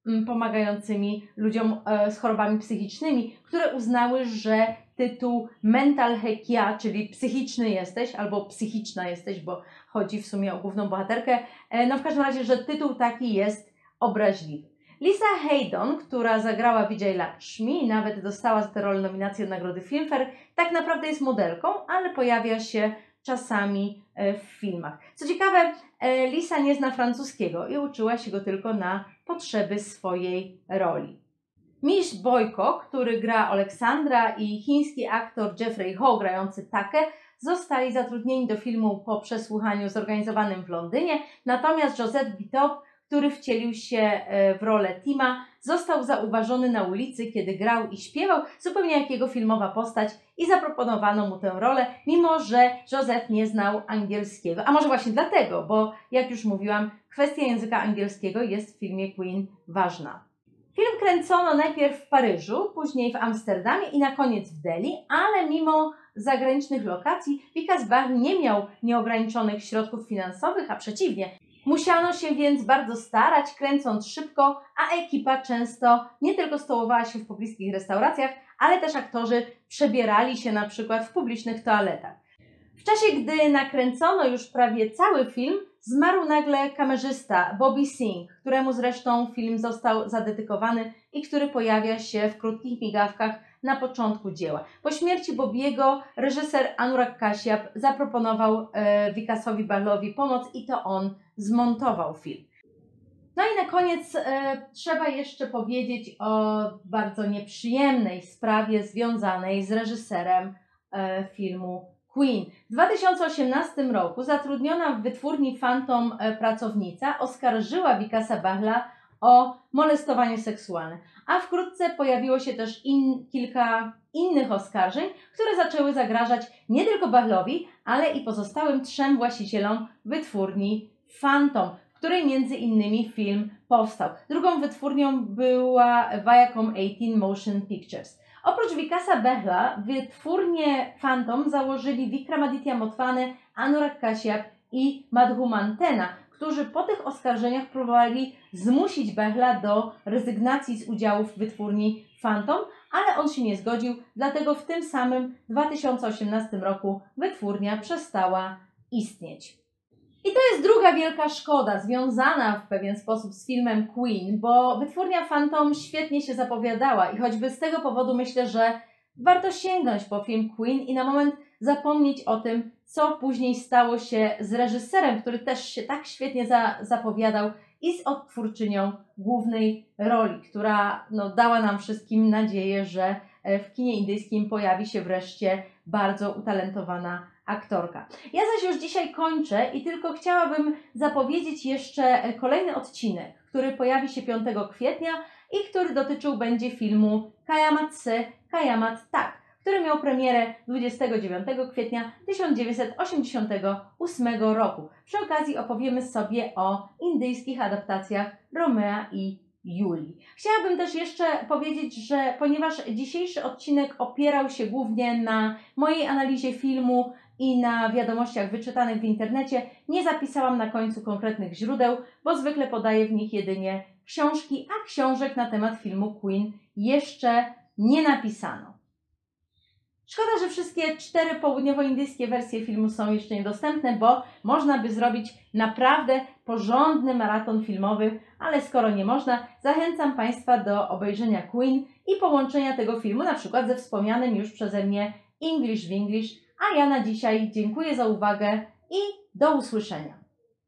pomagającymi ludziom z chorobami psychicznymi, które uznały, że tytuł Mental Heck ja, czyli psychiczny jesteś, albo psychiczna jesteś, bo chodzi w sumie o główną bohaterkę, no w każdym razie, że tytuł taki jest obraźliwy. Lisa Haydon, która zagrała Vijay Lakshmi i nawet dostała za tę rolę nominację od Nagrody Filmfare, tak naprawdę jest modelką, ale pojawia się czasami w filmach. Co ciekawe, Lisa nie zna francuskiego i uczyła się go tylko na potrzeby swojej roli. Mish Boyko, który gra Aleksandra, i chiński aktor Jeffrey Ho grający Takę zostali zatrudnieni do filmu po przesłuchaniu zorganizowanym w Londynie, natomiast Joseph Bitop, który wcielił się w rolę Tima, został zauważony na ulicy, kiedy grał i śpiewał, zupełnie jak jego filmowa postać, i zaproponowano mu tę rolę, mimo że Joseph nie znał angielskiego. A może właśnie dlatego, bo jak już mówiłam, kwestia języka angielskiego jest w filmie Queen ważna. Film kręcono najpierw w Paryżu, później w Amsterdamie i na koniec w Delhi, ale mimo zagranicznych lokacji Vikas Bahl nie miał nieograniczonych środków finansowych, a przeciwnie. Musiano się więc bardzo starać, kręcąc szybko, a ekipa często nie tylko stołowała się w pobliskich restauracjach, ale też aktorzy przebierali się na przykład w publicznych toaletach. W czasie, gdy nakręcono już prawie cały film, zmarł nagle kamerzysta Bobby Singh, któremu zresztą film został zadedykowany i który pojawia się w krótkich migawkach na początku dzieła. Po śmierci Bobbiego reżyser Anurag Kashyap zaproponował e, Vikasowi Bahlowi pomoc i to on zmontował film. No i na koniec e, trzeba jeszcze powiedzieć o bardzo nieprzyjemnej sprawie związanej z reżyserem e, filmu Queen. W dwa tysiące osiemnastym roku zatrudniona w wytwórni Phantom e, pracownica oskarżyła Vikasa Bahla o molestowanie seksualne, a wkrótce pojawiło się też in, kilka innych oskarżeń, które zaczęły zagrażać nie tylko Bahlowi, ale i pozostałym trzem właścicielom wytwórni Phantom, w której między innymi film powstał. Drugą wytwórnią była Viacom osiemnaście Motion Pictures. Oprócz Vikasa Bahla wytwórnię Phantom założyli Vikramaditya Motwane, Anurag Kashyap i Madhu Mantena, którzy po tych oskarżeniach próbowali zmusić Bahla do rezygnacji z udziału w wytwórni Phantom, ale on się nie zgodził, dlatego w tym samym dwa tysiące osiemnastym roku wytwórnia przestała istnieć. I to jest druga wielka szkoda związana w pewien sposób z filmem Queen, bo wytwórnia Phantom świetnie się zapowiadała i choćby z tego powodu myślę, że warto sięgnąć po film Queen i na moment zapomnieć o tym, co później stało się z reżyserem, który też się tak świetnie za, zapowiadał, i z odtwórczynią głównej roli, która no, dała nam wszystkim nadzieję, że w kinie indyjskim pojawi się wreszcie bardzo utalentowana aktorka. Ja zaś już dzisiaj kończę i tylko chciałabym zapowiedzieć jeszcze kolejny odcinek, który pojawi się piątego kwietnia i który dotyczył będzie filmu Kajamat Se, Kajamat Tak, który miał premierę dwudziestego dziewiątego kwietnia tysiąc dziewięćset osiemdziesiątego ósmego roku. Przy okazji opowiemy sobie o indyjskich adaptacjach Romea i Julii. Chciałabym też jeszcze powiedzieć, że ponieważ dzisiejszy odcinek opierał się głównie na mojej analizie filmu i na wiadomościach wyczytanych w internecie, nie zapisałam na końcu konkretnych źródeł, bo zwykle podaję w nich jedynie książki, a książek na temat filmu Queen jeszcze nie napisano. Szkoda, że wszystkie cztery południowoindyjskie wersje filmu są jeszcze niedostępne, bo można by zrobić naprawdę porządny maraton filmowy, ale skoro nie można, zachęcam Państwa do obejrzenia Queen i połączenia tego filmu na przykład ze wspomnianym już przeze mnie English w English, a ja na dzisiaj dziękuję za uwagę i do usłyszenia.